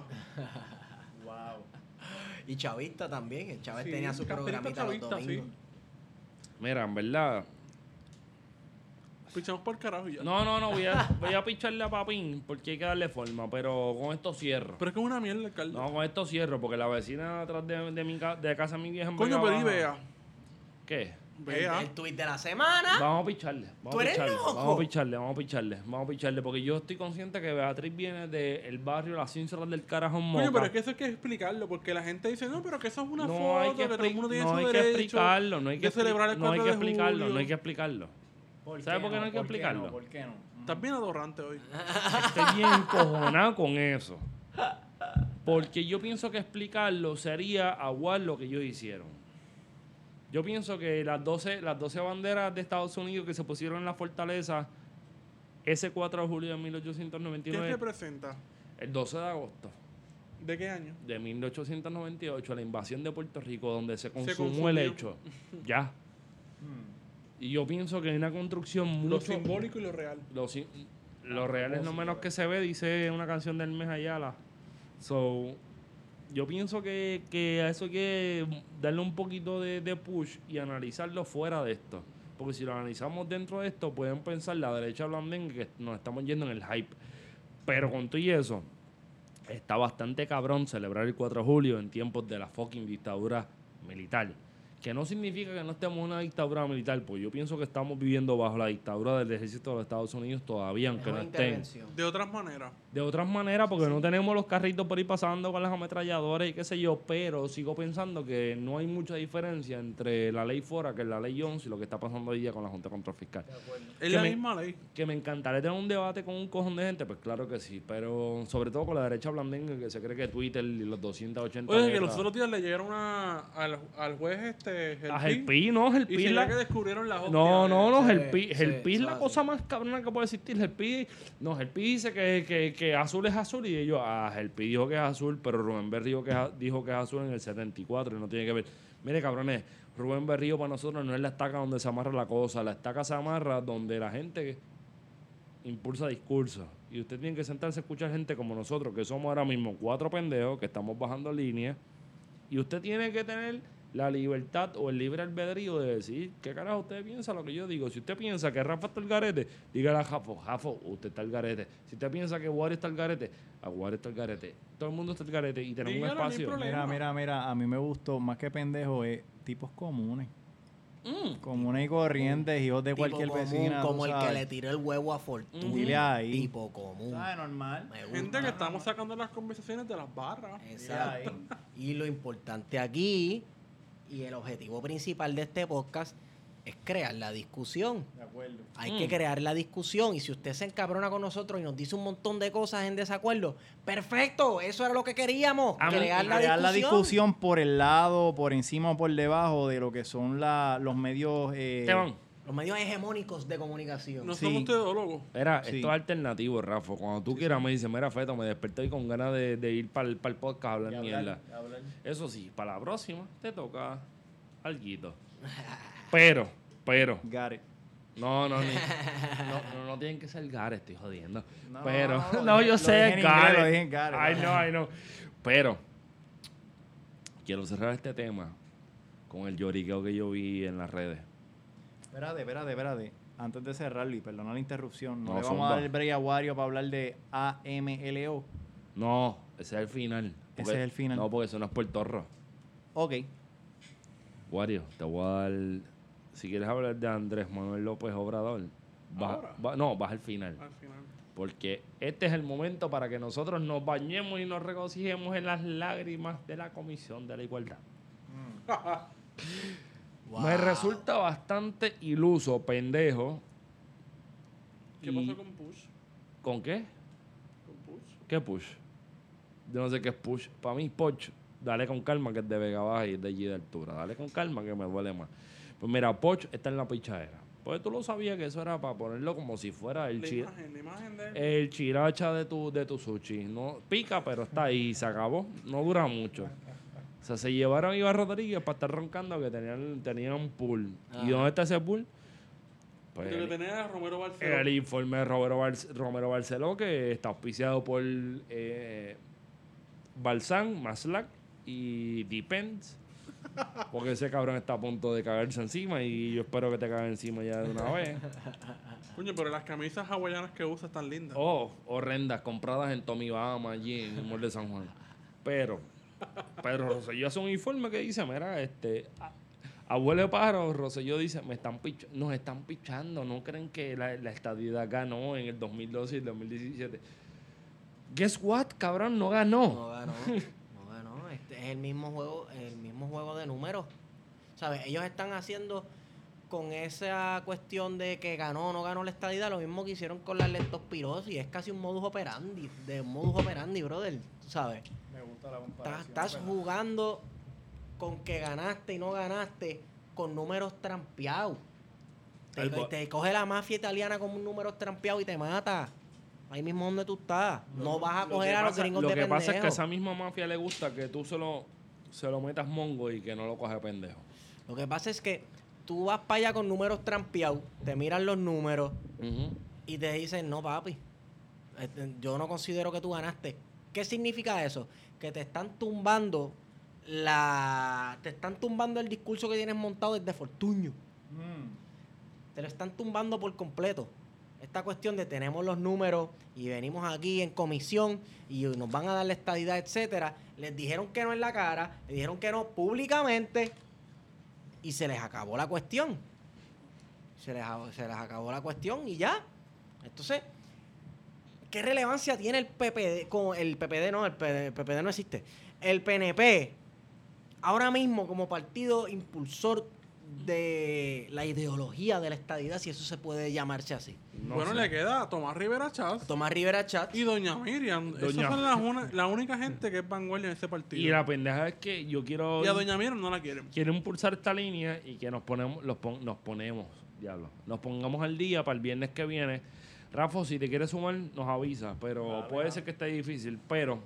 Wow. Y Chavista también. El Chávez Sí, tenía su castrista, programita los chavista, domingos. Mira, en verdad. Pichamos por carajo y ya. No, voy a picharle a Papín porque hay que darle forma, pero con esto cierro. Pero es que es una mierda el alcalde. No, con esto cierro, porque la vecina atrás de casa de mi vieja en Coño, Vega pero y Baja- vea. ¿Qué? Vea. El tuit de la semana. Vamos a picharle. ¿Tú eres loco? Vamos a picharle, porque yo estoy consciente que Beatriz viene del barrio Las Cínceras del Carajón Moca. Coño, pero es que eso hay que explicarlo, porque la gente dice, no, pero que eso es una no foto, hay que, que todo el mundo tiene no su hay derecho que explicarlo, no hay que, de celebrar el no hay 4 que de explicarlo, julio. no hay que explicarlo. ¿Sabes por qué no hay que explicarlo? ¿Por qué no? Estás bien adorante hoy. Estoy bien encojonado con eso. Porque yo pienso que explicarlo sería aguar lo que ellos hicieron. Yo pienso que las 12 banderas de Estados Unidos que se pusieron en la fortaleza ese 4 de julio de ¿Qué 1899, representa? el 12 de agosto ¿De qué año? de 1898, la invasión de Puerto Rico, donde se consumó consumió. el hecho. Ya. Y yo pienso que hay una construcción mucho... Lo simbólico y lo real. Lo real es lo menos que se ve, dice una canción del Mes Ayala. So, yo pienso que a eso hay que darle un poquito de push y analizarlo fuera de esto. Porque si lo analizamos dentro de esto, pueden pensar la derecha blandengue que nos estamos yendo en el hype. Pero con todo y eso, está bastante cabrón celebrar el 4 de julio en tiempos de la fucking dictadura militar. Que no significa que no estemos en una dictadura militar, pues yo pienso que estamos viviendo bajo la dictadura del ejército de los Estados Unidos todavía, aunque no Mejor estén. intervención. De otras maneras. De otras maneras, porque no tenemos los carritos por ahí pasando con las ametralladoras y qué sé yo, pero sigo pensando que no hay mucha diferencia entre la ley Fora, que es la ley Jones, y lo que está pasando hoy día con la Junta de Control Fiscal. Es Que la me- misma ley. Que me encantaría tener un debate con un cojón de gente, pues claro que sí, pero sobre todo con la derecha blandengue que se cree que Twitter y los 280 Oye, que letras- los otros días le llegaron al juez A Gelpi, no, y Gelpi se la... que descubrieron la hostia. No, Sí, Gelpi sí, es eso la es cosa más cabrona que puede existir. Gelpi dice que azul es azul y ellos, Gelpi dijo que es azul, pero Rubén Berrío dijo que es azul en el 74 y no tiene que ver. Mire, cabrones, Rubén Berrío para nosotros no es la estaca donde se amarra la cosa, la estaca se amarra donde la gente impulsa discursos. Y usted tiene que sentarse a escuchar gente como nosotros, que somos ahora mismo 4 pendejos, que estamos bajando líneas, y usted tiene que tener la libertad o el libre albedrío de decir qué carajo usted piensa lo que yo digo. Si usted piensa que Rafa está el garete, dígale a Jafo, usted está el garete. Si usted piensa que Wari está el garete, a Wari está el garete. Todo el mundo está el garete y tenemos Dígalo, un no hay espacio. problema. Mira, a mí me gustó, más que pendejo, es tipos comunes. Comunes y corrientes, hijos de Tipo cualquier común, vecina. como tú el que sabes. le tiró el huevo a Fortuna. Dile ahí. Tipo común. ¿Sabes? Normal. Me Gente gusta. que estamos sacando las conversaciones de las barras. Exacto. Y lo importante aquí, y el objetivo principal de este podcast, es crear la discusión. De acuerdo. Hay que crear la discusión. Y si usted se encabrona con nosotros y nos dice un montón de cosas en desacuerdo, perfecto, eso era lo que queríamos. A mí- Crear, Crear la discusión por el lado, por encima o por debajo de lo que son los medios. Esteban, Los medios hegemónicos de comunicación. No Sí. somos teólogos. era, Sí. esto es alternativo, Rafa. Cuando tú quieras me dices, mira, Feto, me desperté hoy con ganas de ir para el podcast a hablar mierda. Eso sí, para la próxima te toca alguito. Pero, Got it. no tienen que ser Gare, estoy jodiendo. No, Pero, no, no, lo yo dije sé, en inglés, lo dije Gare. en Gare. I know. Pero, quiero cerrar este tema con el lloriqueo que yo vi en las redes. Espérate. Antes de cerrarlo, y perdona la interrupción, ¿no No, le vamos zumba. a dar el break a Wario para hablar de AMLO? No, ese es el final. Ese es el final. No, porque eso no es Puerto Rico. Ok. Wario, te voy a dar... Si quieres hablar de Andrés Manuel López Obrador, ¿Ahora? vas al final. Al final. Porque este es el momento para que nosotros nos bañemos y nos regocijemos en las lágrimas de la Comisión de la Igualdad. Me resulta bastante iluso, pendejo. ¿Qué pasó con Push? ¿Con qué? ¿Con Push? ¿Qué push? Yo no sé qué es push. Para mí, Poch, dale con calma que es de Vega Baja y es de allí de altura. Dale con calma que me duele más. Pues mira, Poch está en la pichadera. Pues tú lo sabías que eso era para ponerlo como si fuera el La chi- imagen de él. el chiracha de tu sushi. No pica, pero está ahí. Se acabó. No dura mucho. O sea, se llevaron a Iván Rodríguez para estar roncando que tenían un pool. ¿Y dónde está ese pool? Pues Porque tenía a Romero Barceló. el informe de Romero Barceló, que está auspiciado por Balsán, Maslac y Depends. Porque ese cabrón está a punto de cagarse encima y yo espero que te cague encima ya de una vez. Coño, pero las camisas hawaianas que usa están lindas. Oh, horrendas, compradas en Tommy Bahama, allí en el Mall de San Juan. Pero Rosselló hace un informe que dice, mira, abuelo de pájaro, Rosselló dice, nos están pichando, no creen que la estadidad ganó en el 2012 y el 2017. Guess what, cabrón, no ganó. No ganó. Este es el mismo juego de números. ¿Sabes? Ellos están haciendo con esa cuestión de que ganó o no ganó la estadidad lo mismo que hicieron con la leptospirosis. Es casi un modus operandi, brother. ¿Tú sabes? Me gusta la comparación. Estás jugando con que ganaste y no ganaste con números trampeados. Te coge la mafia italiana como un número trampeado y te mata. Ahí mismo donde tú estás. No vas a coger a los gringos de Lo que pendejo. pasa es que a esa misma mafia le gusta que tú se lo metas mongo y que no lo coge pendejo. Lo que pasa es que tú vas para allá con números trampeados, te miran los números Ujú. y te dicen, no papi, yo no considero que tú ganaste. ¿Qué significa eso? Que te están tumbando el discurso que tienes montado desde Fortuño. Te lo están tumbando por completo. Esta cuestión de tenemos los números y venimos aquí en comisión y nos van a dar la estadidad, etcétera. Les dijeron que no en la cara, les dijeron que no públicamente y se les acabó la cuestión. Se les acabó la cuestión y ya. Entonces, ¿qué relevancia tiene el PPD? El PPD no existe. El PNP, ahora mismo como partido impulsor de la ideología de la estadidad, si eso se puede llamarse así. No bueno, sé. le queda a Tomás Rivera Chávez Tomás Rivera Chat. y Doña Miriam. Esas son la única gente que es vanguardia en ese partido. Y la pendeja es que yo quiero... Y a Doña Miriam no la quieren. Quiero impulsar esta línea y que nos pongamos al día para el viernes que viene. Rafa, si te quieres sumar, nos avisa, pero puede ser que esté difícil, pero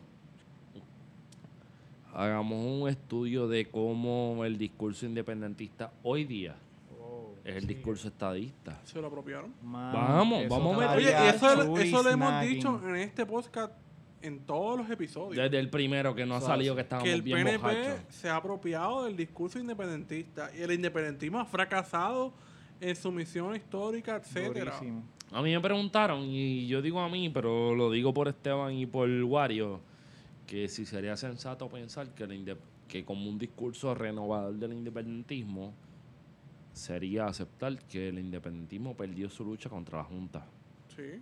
hagamos un estudio de cómo el discurso independentista hoy día es el discurso estadista. Se lo apropiaron. Vamos a meter- Oye, Ya, eso lo hemos dicho en este podcast en todos los episodios. Desde el primero que no ha salido, que estábamos Que el bien PNP borrachos. se ha apropiado del discurso independentista y el independentismo ha fracasado en su misión histórica, etcétera. Durísimo. A mí me preguntaron, y yo digo a mí, pero lo digo por Esteban y por Wario, que si sería sensato pensar que como un discurso renovador del independentismo sería aceptar que el independentismo perdió su lucha contra la Junta. Sí.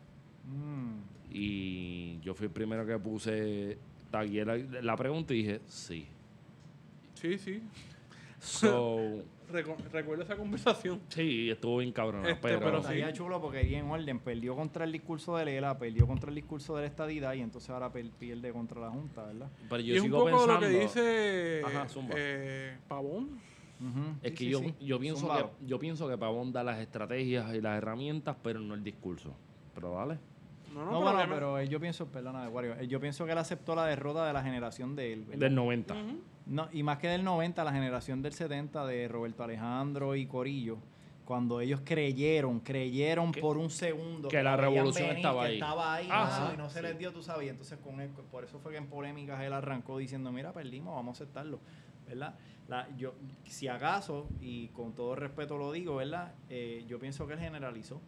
Y yo fui el primero que tagué la pregunta y dije, sí. Sí, sí. So, Recuerda esa conversación. sí, estuvo bien cabrón. Pero sí. Estaría chulo porque iría en orden. Perdió contra el discurso de Lela, perdió contra el discurso de la estadidad y entonces ahora pierde contra la Junta, ¿verdad? pero Y yo es un sigo poco pensando... lo que dice Ajá, zumba. Pavón. Es que yo pienso que Pavón da las estrategias y las herramientas, pero no el discurso. Pero dale. No, bueno, pero yo pienso, perdona, Wario, yo pienso que él aceptó la derrota de la generación de él, ¿verdad? Del 90. No, y más que del 90, la generación del 70 de Roberto Alejandro y Corillo, cuando ellos creyeron por un segundo que la veían revolución venir, estaba que ahí. estaba ahí, Ah, mano, sí, y no se les dio, tú sabes. Y entonces con él, por eso fue que en polémicas él arrancó diciendo, mira, perdimos, vamos a aceptarlo. ¿verdad? Si acaso, y con todo respeto lo digo, ¿verdad? Yo pienso que él generalizó.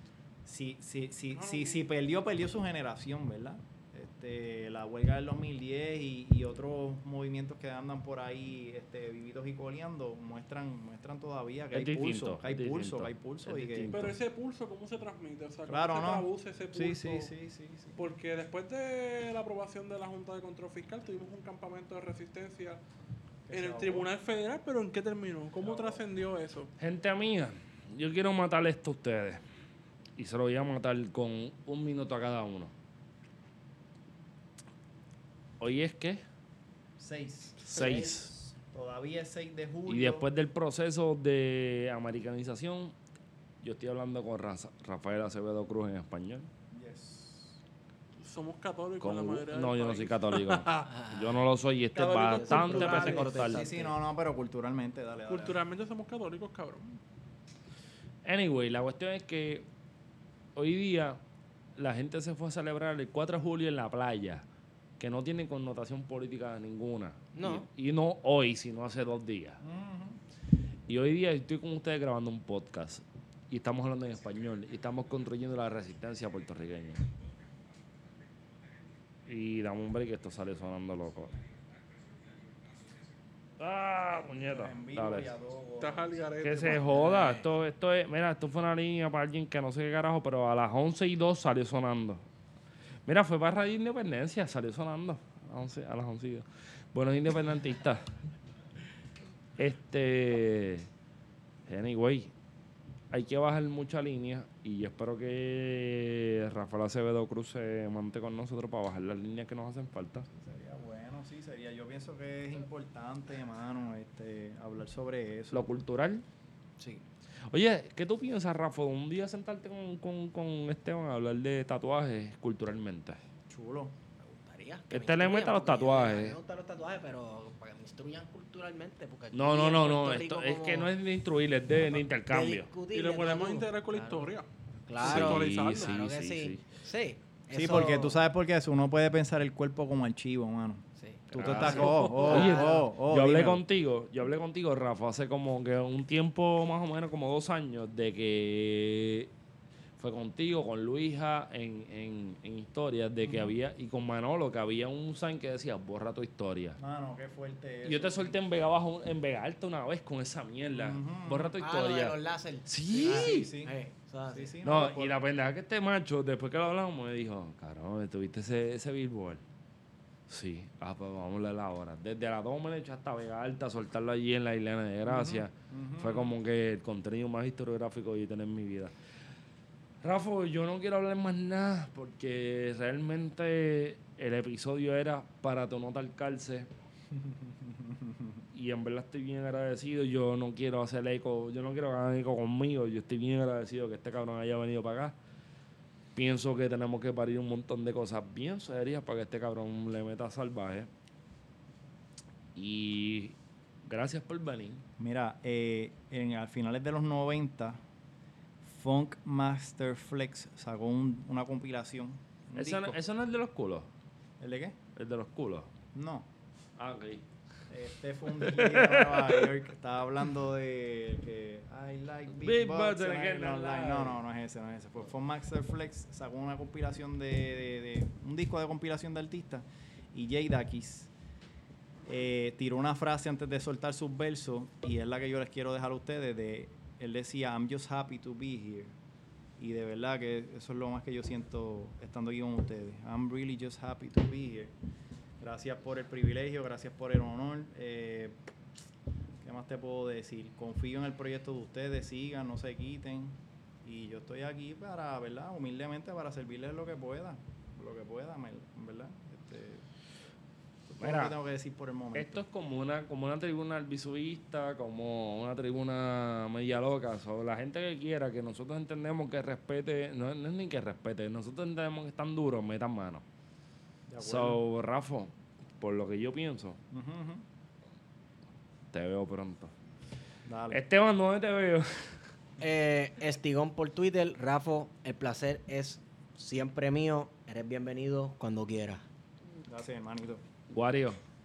Si perdió su generación, ¿verdad? La huelga del 2010 y otros movimientos que andan por ahí vividos y coleando muestran todavía que hay pulso, que hay pulso. Pero ese pulso, ¿cómo se transmite? O sea, ¿cómo Claro, se ¿no? traduce ese pulso? Sí. Porque después de la aprobación de la Junta de Control Fiscal tuvimos un campamento de resistencia en el Tribunal Federal, pero ¿en qué terminó? ¿Cómo trascendió eso? Gente mía, yo quiero matar esto a ustedes. Y se lo voy a matar con 1 minuto a cada uno. ¿Hoy es qué? 6. Todavía es 6 de julio. Y después del proceso de americanización, yo estoy hablando con Rafael Acevedo Cruz en español. Yes. Somos católicos la mayoría del No, yo no país. soy católico. Yo no lo soy y este es Católicos bastante culturales. pentecostal. Sí, no, pero culturalmente, dale. Culturalmente somos católicos, cabrón. Anyway, la cuestión es que hoy día la gente se fue a celebrar el 4 de julio en la playa, que no tiene connotación política ninguna. No. Y no hoy, sino hace 2 días. Y hoy día estoy con ustedes grabando un podcast y estamos hablando en español y estamos construyendo la resistencia puertorriqueña. Y dame un break que esto sale sonando loco. ¡Ah, puñeta! Dale. Estás al garete. Que se joda. Esto es... Mira, esto fue una línea para alguien que no sé qué carajo, pero a las 11:02 salió sonando. Mira, fue para Radio Independencia, salió sonando. A las 11:02. Buenos independentistas. Anyway, hay que bajar mucha línea y yo espero que Rafael Acevedo Cruz se mante con nosotros para bajar las líneas que nos hacen falta. Sería bueno, sí, sería. Yo pienso que es importante, hermano, hablar sobre eso. Lo cultural. Sí. Oye, ¿qué tú piensas, Rafa, de un día sentarte con Esteban a hablar de tatuajes culturalmente? Chulo. Me gustaría. Que este le meta los tatuajes. A mí me gustan los tatuajes, pero para que me instruyan culturalmente. Porque aquí No, en Puerto esto Rico es que como no es de instruir, es de de intercambio. discutir, Y lo de podemos todo. integrar con la Claro. historia. Claro, Actualizarlo. Sí, claro que sí, sí. Sí, Sí, eso- porque tú sabes por qué eso. Uno puede pensar el cuerpo como archivo, mano. Sí. Tú te Claro. estás... Oye, yo hablé dímelo. contigo, Rafa, hace como que un tiempo, más o menos como 2 años, de que fue contigo, con Luisa, en historias, de que había, y con Manolo, que había un sign que decía, borra tu historia. Mano, qué fuerte Y yo te solté en Vega Bajo, en Vega Alta una vez con esa mierda. Borra tu Ah, lo de historia. los láser. Sí. Sí. Eso es así. Sí, No, por- y la pendeja que este macho, después que lo hablamos, me dijo, cabrón, ¿tuviste ese billboard? Sí. Ah, pues vamos a leerla ahora. Desde la toma me le eché hasta Vega Alta, soltarlo allí en la Isla de Gracia. Fue como que el contenido más historiográfico que yo tenía en mi vida. Rafa, yo no quiero hablar más nada porque realmente el episodio era para tu no talcarse. Y en verdad estoy bien agradecido. Yo no quiero hacer eco, yo no quiero que hagan eco conmigo. Yo estoy bien agradecido que este cabrón haya venido para acá. Pienso que tenemos que parir un montón de cosas bien serias para que este cabrón le meta salvaje. Y gracias por venir. Mira, a finales de los 90, Funk Master Flex sacó una compilación. un ¿Eso disco. no es el de los culos? ¿El de qué? El de los culos. No. Ah, ok. Este fue un DJ de Nueva York. Estaba hablando de que I like big, Big butts butts and and I getting don't like- alive. No es ese. Fue Funk Master Flex sacó una compilación de un disco de compilación de artistas y Jay Dakis tiró una frase antes de soltar sus versos y es la que yo les quiero dejar a ustedes. Él decía, I'm just happy to be here. Y de verdad que eso es lo más que yo siento estando aquí con ustedes. I'm really just happy to be here. Gracias por el privilegio, gracias por el honor. ¿Qué más te puedo decir? Confío en el proyecto de ustedes, sigan, no se quiten. Y yo estoy aquí para, ¿verdad? Humildemente para servirles lo que pueda, ¿verdad? Todo lo Mira, que tengo que decir por el momento. Esto es como una tribuna albizuvista, como una tribuna media loca. So, la gente que quiera, que nosotros entendemos que respete, no es ni que respete, nosotros entendemos que están duros, metan mano. De acuerdo. So, Rafa, por lo que yo pienso, Ujú. te veo pronto. Dale. Esteban, ¿dónde te veo? Estigón por Twitter. Rafa, el placer es siempre mío. Eres bienvenido cuando quieras. Gracias, hermanito. Wario,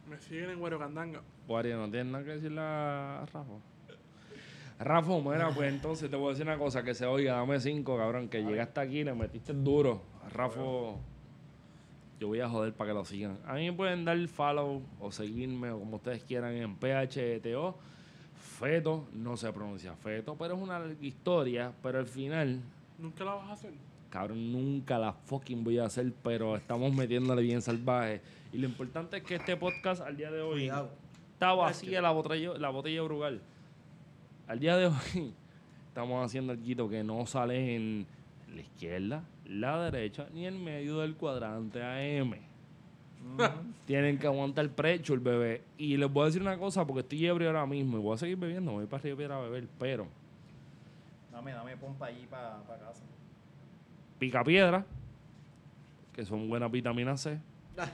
Me siguen en Guario Candanga. Guari, no tienes nada que decirle a Rafa. Rafa, mira, pues entonces te voy a decir una cosa, que se oiga, dame 5, cabrón, que llegaste aquí, le metiste duro. Rafa, yo voy a joder para que lo sigan. A mí me pueden dar follow o seguirme o como ustedes quieran en PHTO. Feto, no se pronuncia Feto, pero es una larga historia, pero al final, ¿Nunca la vas a hacer? cabrón, nunca la fucking voy a hacer, pero estamos metiéndole bien salvaje. Y lo importante es que este podcast al día de hoy Cuidado. está vacía la botella Brugal. Al día de hoy estamos haciendo algo que no sale en la izquierda, la derecha, ni en medio del cuadrante AM. Tienen que aguantar precho el bebé. Y les voy a decir una cosa, porque estoy ebrio ahora mismo y voy a seguir bebiendo, me voy para arriba a beber, pero Dame pompa allí para casa. pica piedra, que son buenas vitaminas C. Ah.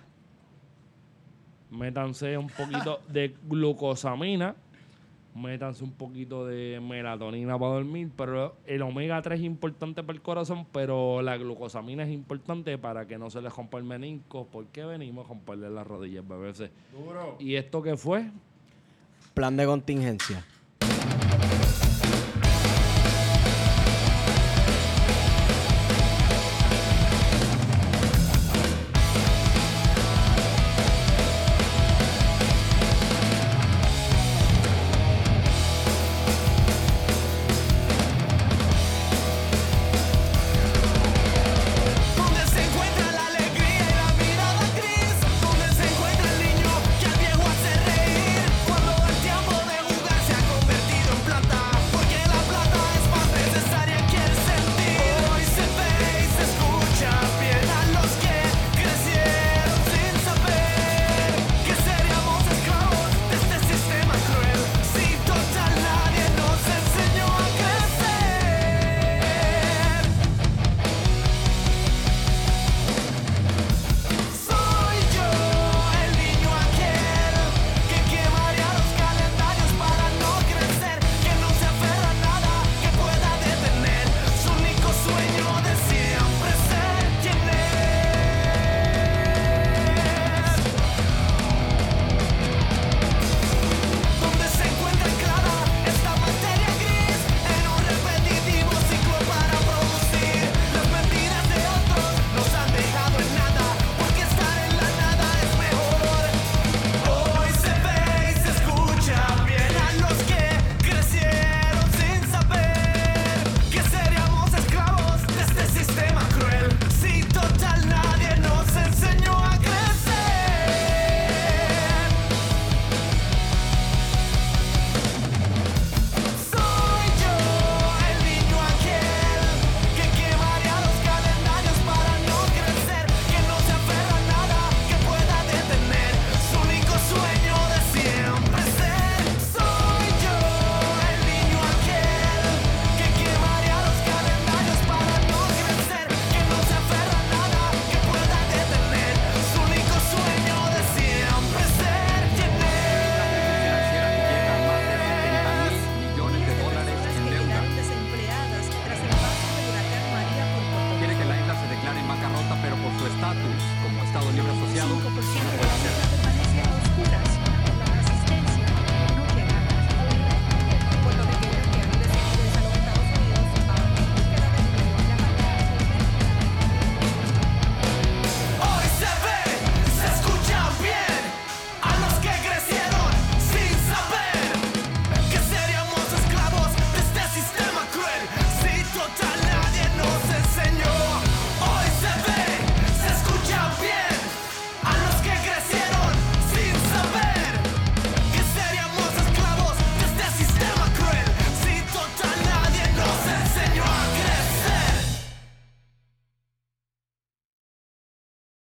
Métanse un poquito de glucosamina. Métanse un poquito de melatonina para dormir. Pero el omega 3 es importante para el corazón, pero la glucosamina es importante para que no se les rompa el menisco. Porque venimos a romperle las rodillas, bebés. Duro. ¿Y esto qué fue? Plan de contingencia.